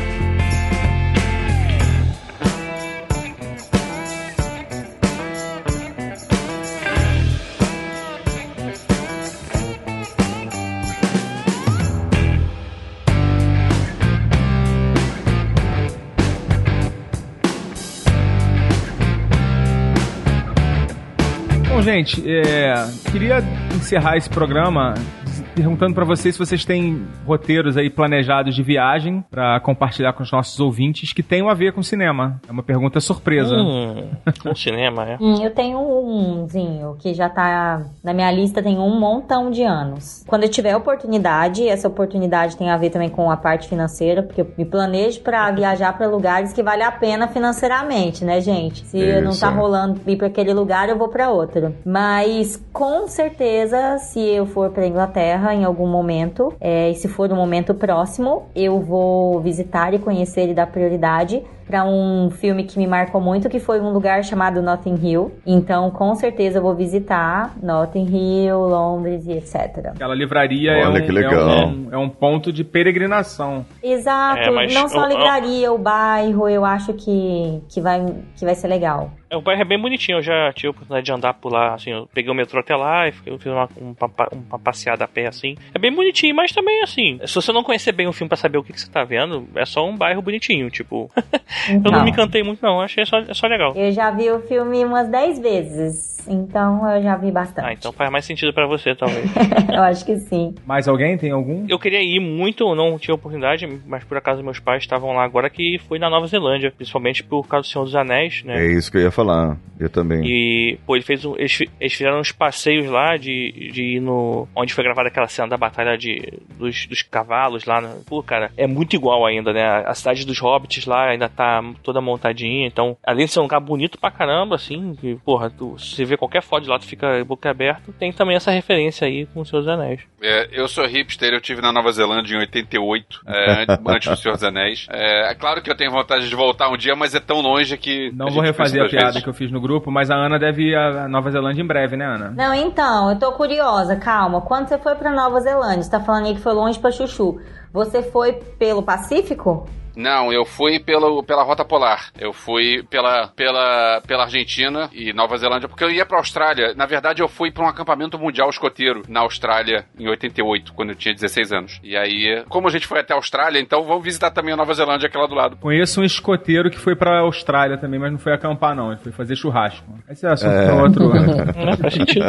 Bom, gente, é, queria encerrar esse programa perguntando pra vocês se vocês têm roteiros aí planejados de viagem pra compartilhar com os nossos ouvintes que tenham a ver com cinema. É uma pergunta surpresa. Hum, com cinema, é? Hum, eu tenho umzinho que já tá na minha lista tem um montão de anos. Quando eu tiver oportunidade, essa oportunidade tem a ver também com a parte financeira, porque eu me planejo pra viajar pra lugares que vale a pena financeiramente, né, gente? Se Isso. não tá rolando ir pra aquele lugar, eu vou pra outro. Mas, com certeza, se eu for pra Inglaterra em algum momento, é, e se for um momento próximo, eu vou visitar e conhecer e dar prioridade para um filme que me marcou muito, que foi um lugar chamado Notting Hill. Então, com certeza, eu vou visitar Notting Hill, Londres e etcétera. Aquela livraria é um, é, um, é um ponto de peregrinação. Exato. É, mas não só a eu, livraria, eu... o bairro, eu acho que, que, vai, que vai ser legal. É, o bairro é bem bonitinho, eu já tive a oportunidade de andar por lá, assim, eu peguei o metrô até lá e fiz uma, uma, uma passeada a pé, assim. É bem bonitinho, mas também, assim, se você não conhecer bem o filme pra saber o que, que você tá vendo, é só um bairro bonitinho, tipo... Então, eu não me encantei muito, não, achei só, é só legal. Eu já vi o filme umas dez vezes, então eu já vi bastante. Ah, então faz mais sentido pra você, talvez. Eu acho que sim. Mais alguém? Tem algum? Eu queria ir muito, não tinha oportunidade, mas por acaso meus pais estavam lá agora, que foi na Nova Zelândia, principalmente por causa do Senhor dos Anéis, né? É isso que eu ia falar, eu também. E, pô, ele fez um, eles, eles fizeram uns passeios lá de, de ir no... onde foi gravada aquela cena da batalha de, dos, dos cavalos lá. No, pô, cara, é muito igual ainda, né? A cidade dos hobbits lá ainda tá toda montadinha, então, além de ser um lugar bonito pra caramba, assim, que, porra, tu, se você vê qualquer foto de lá, tu fica boca aberta, tem também essa referência aí com os Seus Anéis. É, eu sou hipster, eu tive na Nova Zelândia em oitenta e oito, é, antes do Senhor dos Anéis. É, é claro que eu tenho vontade de voltar um dia, mas é tão longe que... Não vou refazer a piada vezes. que eu fiz no grupo, mas a Ana deve ir à Nova Zelândia em breve, né, Ana? Não, então, eu tô curiosa, calma. Quando você foi pra Nova Zelândia, você tá falando aí que foi longe pra Chuchu, você foi pelo Pacífico? Não, eu fui pelo, pela Rota Polar. Eu fui pela, pela, pela Argentina e Nova Zelândia, porque eu ia pra Austrália. Na verdade, eu fui pra um acampamento mundial escoteiro na Austrália em oitenta e oito, quando eu tinha dezesseis anos. E aí, como a gente foi até a Austrália, então vamos visitar também a Nova Zelândia, aqui lá do lado. Conheço um escoteiro que foi pra Austrália também, mas não foi acampar, não. Ele foi fazer churrasco. Esse é assunto é. pra outro. Não faz sentido.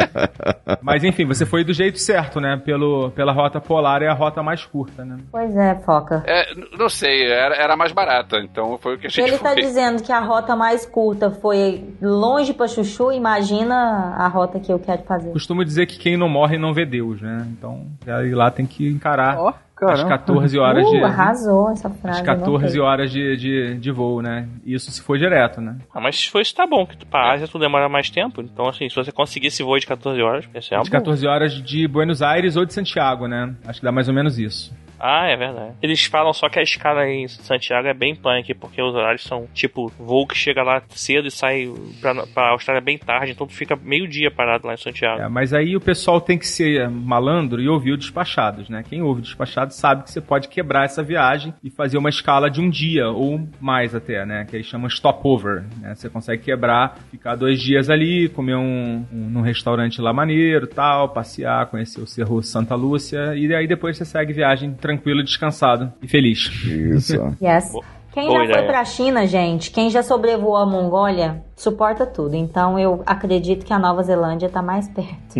Mas enfim, você foi do jeito certo, né? Pelo, pela Rota Polar é a rota mais curta, né? Pois é, Foca. É, não sei, era, era mais barata, então foi o que a gente Ele tá foi. dizendo que a rota mais curta foi longe pra Chuchu, imagina a rota que eu quero fazer. Costumo dizer que quem não morre não vê Deus, né? Então, aí lá tem que encarar Ó, as caramba. quatorze horas Uh, de... arrasou essa frase. As quatorze gostei. horas de, de, de voo, né? Isso se for direto, né? Ah, mas se for isso tá bom, que tu- pra Ásia tu demora mais tempo. Então, assim, se você conseguir esse voo de quatorze horas, esse é uma De boa. quatorze horas de Buenos Aires ou de Santiago, né? Acho que dá mais ou menos isso. Ah, é verdade. Eles falam só que a escala em Santiago é bem punk, porque os horários são, tipo, voo que chega lá cedo e sai pra, pra Austrália bem tarde, então tu fica meio dia parado lá em Santiago. É, mas aí o pessoal tem que ser malandro e ouvir o Despachados, né? Quem ouve o Despachados sabe que você pode quebrar essa viagem e fazer uma escala de um dia ou mais até, né? Que eles chamam stopover, né? Você consegue quebrar, ficar dois dias ali, comer um, um num restaurante lá maneiro, tal, passear, conhecer o Cerro Santa Lúcia e aí depois você segue viagem tranquilo, descansado e feliz. Isso. Yes. Quem Boa já ideia. foi pra China, gente, quem já sobrevoou a Mongólia, suporta tudo. Então eu acredito que a Nova Zelândia tá mais perto.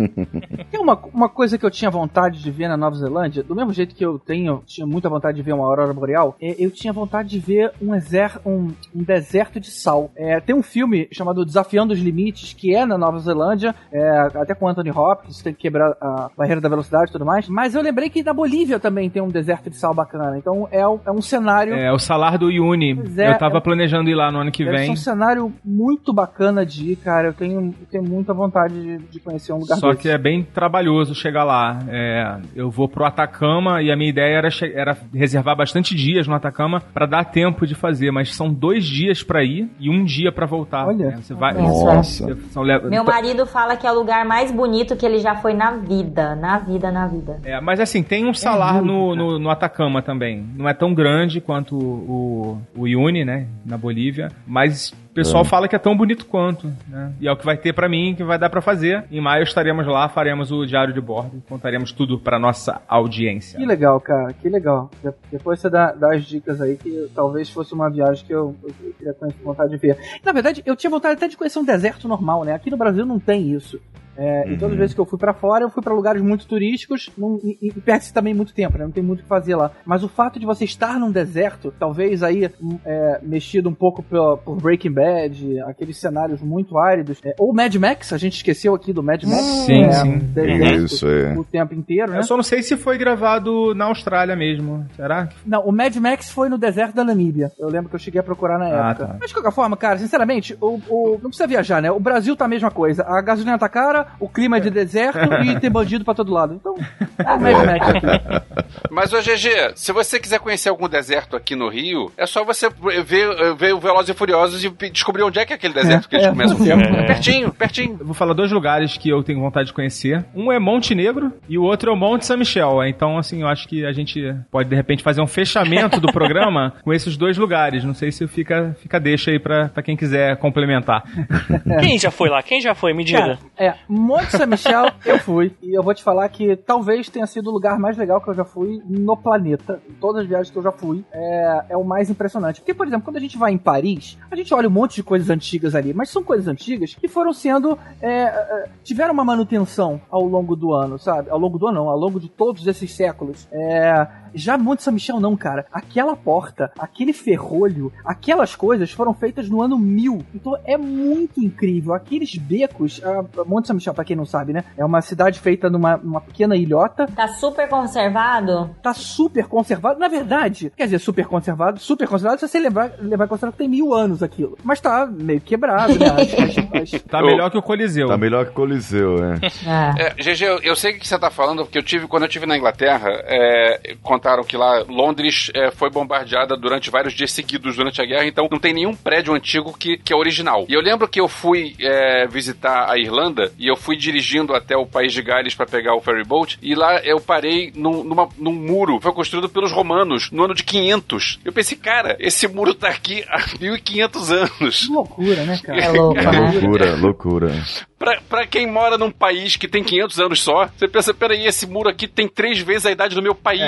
Tem uma, uma coisa que eu tinha vontade de ver na Nova Zelândia, do mesmo jeito que eu tenho, tinha muita vontade de ver uma aurora boreal, é, eu tinha vontade de ver um, exer, um, um deserto de sal. É, tem um filme chamado Desafiando os Limites, que é na Nova Zelândia, é, até com Anthony Hopkins, tem que quebrar a barreira da velocidade e tudo mais, mas eu lembrei que na Bolívia também tem um deserto de sal bacana, então é, um- é um cenário... É, o Salar do Uyuni. Pois é, eu tava é- planejando ir lá no ano que Deve ser vem. um cenário muito bacana de ir, cara. Eu tenho, eu tenho muita vontade de, de conhecer um lugar Só desse. que é bem trabalhoso chegar lá. É, eu vou pro Atacama e a minha ideia era, che- era reservar bastante dias no Atacama pra dar tempo de fazer, mas são dois dias pra ir e um dia pra voltar. Olha. né? Você vai, Nossa. você- são le- Meu marido fala que é o lugar mais bonito que ele já foi na vida. Na vida, na vida. É, mas assim, tem um salar muito, no, cara. no, no Atacama também. Não é tão grande quanto o, o Uyuni, né? Na Bolívia. Mas o pessoal É. fala que é tão bonito quanto, né? E é o que vai ter pra mim, que vai dar pra fazer. Em maio estaremos lá, faremos o diário de bordo, contaremos tudo pra nossa audiência. Que legal, cara, que legal. De- Depois você dá, dá as dicas aí, que talvez fosse uma viagem que eu, eu, eu queria ter vontade de ver. Na verdade, eu tinha vontade até de conhecer um deserto normal, né? Aqui no Brasil não tem isso. É, E todas as vezes que eu fui pra fora, eu fui pra lugares muito turísticos não- e, e perde-se também muito tempo, né? Não tem muito o que fazer lá. Mas o fato de você estar num deserto, talvez aí hum, é, mexido um pouco por, por Breaking Bad, aqueles cenários muito áridos, é, ou Mad Max, a gente esqueceu aqui do Mad Max. Sim, é, sim. Deserto Isso, é. o tempo inteiro, né? Eu só não sei se foi gravado na Austrália mesmo. Será? Não, o Mad Max foi no deserto da Namíbia. Eu lembro que eu cheguei a procurar na Ah, época. tá. Mas de qualquer forma, cara, sinceramente, o, o- não precisa viajar, né? O Brasil tá a mesma coisa. A gasolina tá cara, o clima é de deserto e tem bandido pra todo lado. Então, é o Mad Max aqui. Mas, ô G G, se você quiser conhecer algum deserto aqui no Rio, é só você ver, ver o Velozes e Furiosos e descobrir onde é que é aquele deserto É, que eles é. começam o filme. É. É pertinho, pertinho. Eu vou falar dois lugares que eu tenho vontade de conhecer. Um é Monte Negro e o outro é o Monte São Michel. Então, assim, eu acho que a gente pode, de repente, fazer um fechamento do programa com esses dois lugares. Não sei se fica, fica deixa aí pra, pra quem quiser complementar. Quem já foi lá? Quem já foi? Me diga. Cara, é, Monte São Michel eu fui. E eu vou te falar que talvez tenha sido o lugar mais legal que eu já fui no planeta. Em todas as viagens que eu já fui, é, é o mais impressionante. Porque, por exemplo, quando a gente vai em Paris, a gente olha um monte de coisas antigas ali, mas são coisas antigas que foram sendo... é, é, tiveram uma manutenção ao longo do ano, sabe? Ao longo do ano não, ao longo de todos esses séculos. É... Já Monte São Michel não, cara. Aquela porta, aquele ferrolho, aquelas coisas foram feitas no ano mil. Então é muito incrível. Aqueles becos... A Monte São Michel, pra quem não sabe, né? É uma cidade feita numa, numa pequena ilhota. Tá super conservado? Tá super conservado. Na verdade, quer dizer, super conservado. Super conservado se você levar, levar em consideração que tem mil anos aquilo. Mas tá meio quebrado, né? As- as- as- Tá Eu- melhor que o Coliseu. Tá melhor que o Coliseu, é. É. É, G G, eu, eu sei o que você tá falando, porque eu tive, quando eu estive na Inglaterra, é, contaram que lá Londres é, foi bombardeada durante vários dias seguidos durante a guerra, então não tem nenhum prédio antigo que, que é original. E eu lembro que eu fui é, visitar a Irlanda e eu fui dirigindo até o País de Gales para pegar o ferry boat, e lá eu parei num, numa, num muro que foi construído pelos romanos no ano de quinhentos. Eu pensei, cara, esse muro tá aqui há mil e quinhentos anos. Que loucura, né, cara? É louco, É né? loucura, loucura. Pra, pra quem mora num país que tem quinhentos anos só, você pensa, peraí, esse muro aqui tem três vezes a idade do meu país.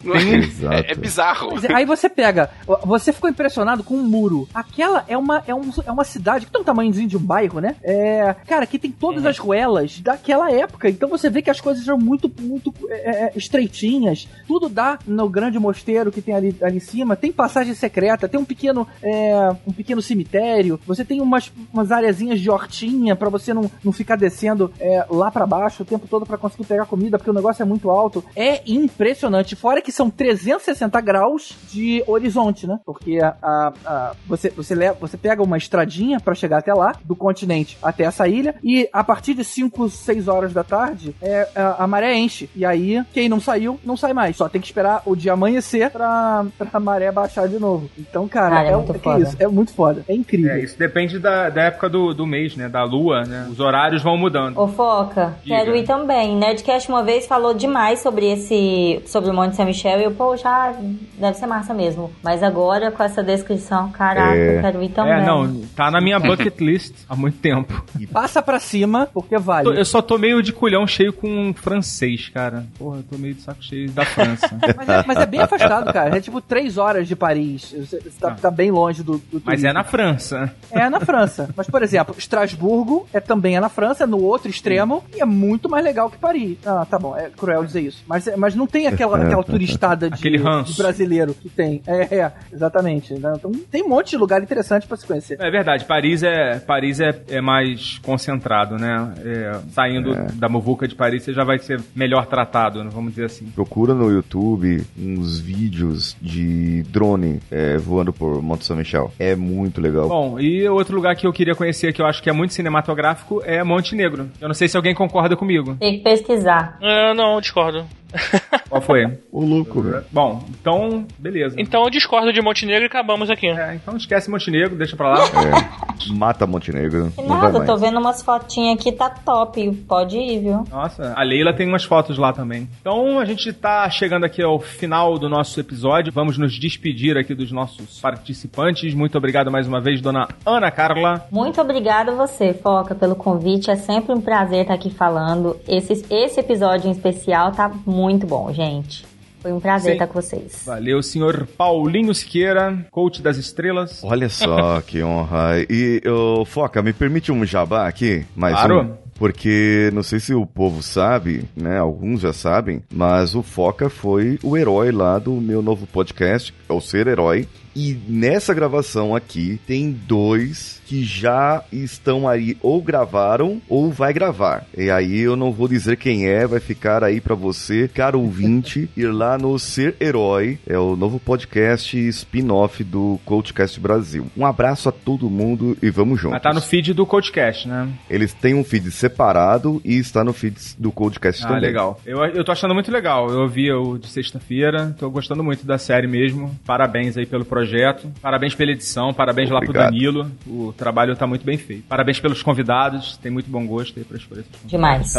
Exato. É, é bizarro. Mas aí você pega, você ficou impressionado com um muro. Aquela é uma, é, um, é uma cidade que tem um tamanhozinho de um bairro, né? É, cara, que tem todas as ruelas daquela época. Então você vê que as coisas são muito, muito é, é, estreitinhas. Tudo dá no grande mosteiro que tem ali, ali em cima. Tem passagem secreta, tem um pequeno, é, um pequeno cemitério. Você tem umas, umas areazinhas de hortinha pra você não, não ficar descendo é, lá pra baixo o tempo todo pra conseguir pegar comida, porque o negócio é muito alto. É impressionante. Fora que são trezentos e sessenta graus de horizonte, né? Porque a, a, a, você, você, leva, você pega uma estradinha pra chegar até lá, do continente até essa ilha, e a partir de cinco, seis horas da tarde, é, a, a maré enche. E aí, quem não saiu, não sai mais. Só tem que esperar o dia amanhecer pra, pra maré baixar de novo. Então, cara, cara é, é, muito é, foda. Isso, é muito foda. É incrível. É, isso depende da, da época do, do mês, né? Da lua, né? Os horários vão mudando. Ô, Foca, Diga. Quero ir também. Nerdcast uma vez falou demais sobre esse, sobre o Monte São Michel e eu, pô, já deve ser massa mesmo. Mas agora, com essa descrição, caraca, É. eu quero ir também. É, não, tá na minha bucket list há muito tempo. E passa pra cima, porque vale. Eu só tô meio de culhão cheio com francês, cara. Porra, eu tô meio de saco cheio da França. Mas é, mas é bem afastado, cara. É tipo três horas de Paris. Você, você tá, tá bem longe do, do Mas turismo. é na França. É na França. Mas, por exemplo, Estrasburgo é também é na França, é no outro extremo, e é muito mais legal que Paris. Ah, tá bom, é cruel dizer isso. Mas, mas não tem aquela, aquela turistada de, Aquele ranço. de brasileiro que tem. É, é exatamente. Então tem um monte de lugar interessante pra se conhecer. É verdade, Paris é, Paris é, é mais concentrado, né? É, saindo É. da muvuca de Paris, você já vai ser melhor tratado, né? Vamos dizer assim. Procura no YouTube uns vídeos de drone é, voando por Monte São Michel. É muito legal. Bom, e outro lugar que eu queria conhecer, que eu acho que é muito cinematográfico, é Montenegro. Eu não sei se alguém concorda comigo. Tem que pesquisar. Ah, não, discordo. Qual foi? Ô, louco, velho. Bom, então, beleza. Então eu discordo de Montenegro e acabamos aqui. É, então esquece Montenegro, deixa pra lá. É, mata Montenegro. Que não vai nada, mais. tô vendo umas fotinhas aqui, tá top. Pode ir, viu? Nossa, a Leila tem umas fotos lá também. Então a gente tá chegando aqui ao final do nosso episódio. Vamos nos despedir aqui dos nossos participantes. Muito obrigado mais uma vez, dona Ana Carla. Muito obrigada a você, Foca, pelo convite. É sempre um prazer estar aqui falando. Esse, esse episódio em especial tá muito bom, gente. Foi um prazer Sim. estar com vocês. Valeu, senhor Paulinho Siqueira, coach das estrelas. Olha só que honra. E, ô, Foca, me permite um jabá aqui? Mais Claro. um? Porque não sei se o povo sabe, né? Alguns já sabem, mas o Foca foi o herói lá do meu novo podcast, é o Ser Herói. E nessa gravação aqui tem dois que já estão aí ou gravaram ou vai gravar. E aí eu não vou dizer quem é, vai ficar aí pra você, caro ouvinte, ir lá no Ser Herói, é o novo podcast spin-off do CoachCast Brasil. Um abraço a todo mundo e vamos juntos. Mas tá no feed do CoachCast, né? Eles têm um feed separado e está no feed do CoachCast Ah, também. legal. Eu, eu tô achando muito legal. Eu ouvi o de sexta-feira, tô gostando muito da série mesmo. Parabéns aí pelo projeto. Parabéns pela edição, parabéns lá pro Obrigado. Danilo. O trabalho tá muito bem feito. Parabéns pelos convidados, tem muito bom gosto aí pra escolher esses convidados. Demais.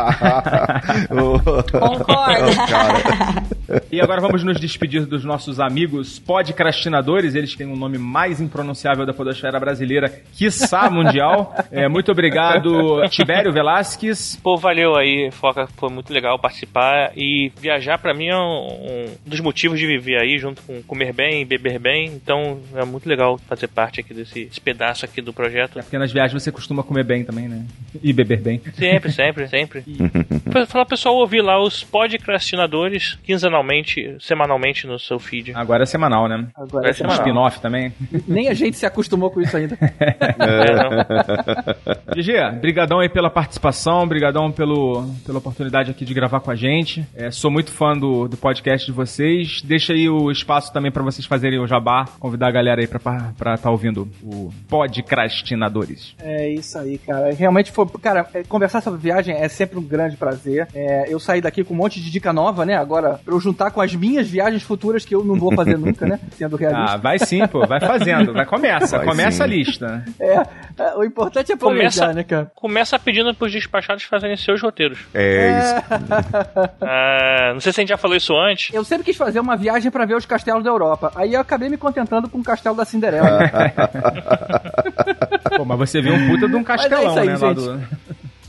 Ô, Concorda. cara. E agora vamos nos despedir dos nossos amigos podcastinadores, eles têm um nome mais impronunciável da podosfera brasileira, quiçá mundial. É, muito obrigado, Tibério Velasquez. Pô, valeu aí, Foca, foi muito legal participar e viajar pra mim é um, um dos motivos de viver aí, junto com comer bem, beber bem, então é muito legal fazer parte aqui desse, desse pedaço aqui do projeto. Porque nas viagens você costuma comer bem também, né? E beber bem. Sempre, sempre, sempre. Fala pro pessoal ouvir lá os podcastinadores quinzenalmente, semanalmente no seu feed. Agora é semanal, né? Agora Vai é ser Um semanal. spin-off também. Nem a gente se acostumou com isso ainda. É, não. G G, brigadão aí pela participação, brigadão pelo, pela oportunidade aqui de gravar com a gente. É, sou muito fã do, do podcast de vocês. Deixa aí o espaço também pra vocês fazerem o jabá, convidar a galera aí pra estar tá ouvindo o Podcastinadores. É isso aí, cara. Realmente foi. Cara, é, conversar sobre viagem é sempre um grande prazer. É, eu saí daqui com um monte de dica nova, né? Agora, pra eu juntar com as minhas viagens futuras que eu não vou fazer nunca, né? Sendo realista. Ah, vai sim, pô, vai fazendo, vai, começa, Vai começa sim. a lista. É, é, o importante é planejar, Começa, né, cara? começa pedindo pros despachados fazerem seus roteiros. É isso. Ah, não sei se a gente já falou isso antes. Eu sempre quis fazer uma viagem pra ver os castelos da Europa. Aí eu acabei me contentando com um castelo da Cinderela. Pô, mas você viu um puta de um castelão, Mas é isso aí, né, lá gente. do...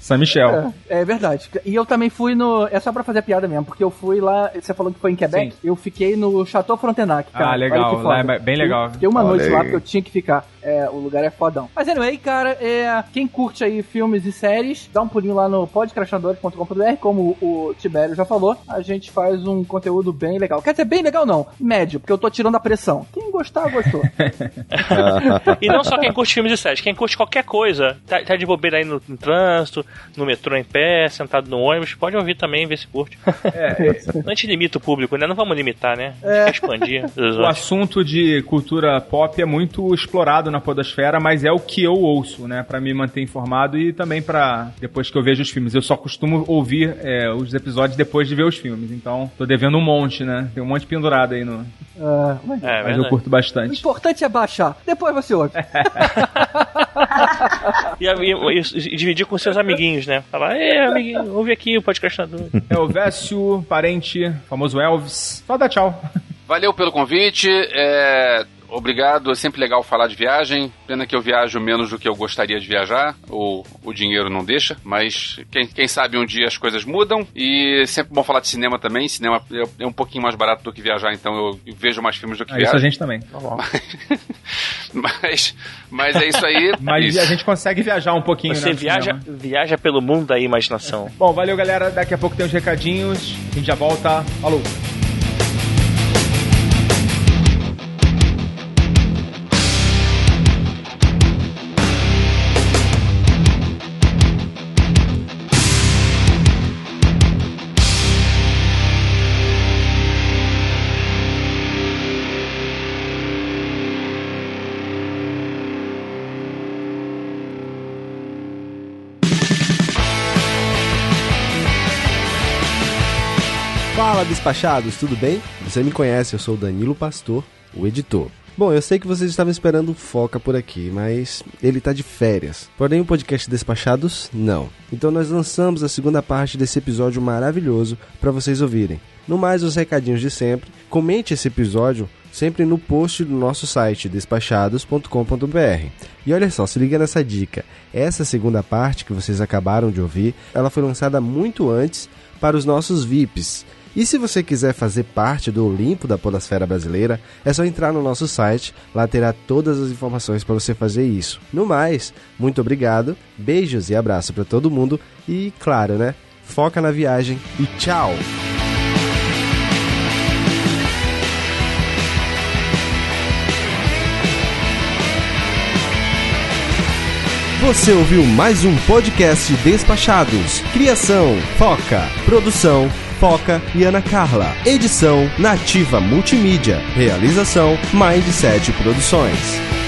São Michel. É, é verdade. E eu também fui no... É só pra fazer a piada mesmo, porque eu fui lá... Você falou que foi em Quebec? Sim. Eu fiquei no Chateau Frontenac, cara. Ah, legal. Lá é bem legal. Fiquei uma Olha noite aí. lá, porque eu tinha que ficar. É, o lugar é fodão. Mas anyway, cara, é, quem curte aí filmes e séries, dá um pulinho lá no podcastinadores ponto com ponto b r, como o Tibério já falou, a gente faz um conteúdo bem legal. Quer dizer, bem legal não, médio, porque eu tô tirando a pressão. Quem gostar, gostou. E não só quem curte filmes e séries, quem curte qualquer coisa, tá, tá de bobeira aí no, no trânsito, no metrô em pé, sentado no ônibus, pode ouvir também, ver se curte. É, a gente limita o público, né? Não vamos limitar, né? É. Expandir. O assunto de cultura pop é muito explorado na podosfera, mas é o que eu ouço, né? Pra me manter informado e também pra depois que eu vejo os filmes. Eu só costumo ouvir é, os episódios depois de ver os filmes, então tô devendo um monte, né? Tem um monte pendurado aí no... Uh, mas é, mas eu curto bastante. O importante é baixar, depois você ouve. e, e, e, e dividir com seus amiguinhos, né? Falar, é, amiguinho, ouve aqui o podcastinador. É o Vécio, parente, famoso Elvis. Só dá tchau. Valeu pelo convite, é... obrigado, é sempre legal falar de viagem. Pena que eu viajo menos do que eu gostaria de viajar, ou o dinheiro não deixa, mas quem, quem sabe um dia as coisas mudam. E sempre bom falar de cinema também. Cinema é um pouquinho mais barato do que viajar, então eu vejo mais filmes do que ah, viajo. Isso a gente também. mas, mas é isso aí. Mas isso. A gente consegue viajar um pouquinho. Você né, viaja, viaja pelo mundo da imaginação. Bom, valeu galera, daqui a pouco tem uns recadinhos, a gente já volta. Falou! Fala, despachados, tudo bem? Você me conhece, eu sou o Danilo Pastor, o editor. Bom, eu sei que vocês estavam esperando o Foca por aqui, mas ele tá de férias. Porém, o podcast Despachados, não. Então nós lançamos a segunda parte desse episódio maravilhoso para vocês ouvirem. No mais, os recadinhos de sempre. Comente esse episódio sempre no post do nosso site, despachados ponto com ponto b r. E olha só, se liga nessa dica. Essa segunda parte que vocês acabaram de ouvir, ela foi lançada muito antes para os nossos V I Ps. E se você quiser fazer parte do Olimpo da podosfera brasileira, é só entrar no nosso site, lá terá todas as informações para você fazer isso. No mais, muito obrigado, beijos e abraço para todo mundo e, claro, né, foca na viagem e tchau! Você ouviu mais um podcast Despachados. Criação, Foca. Produção, Foca e Ana Carla. Edição, Nativa Multimídia. Realização, Mindset Produções.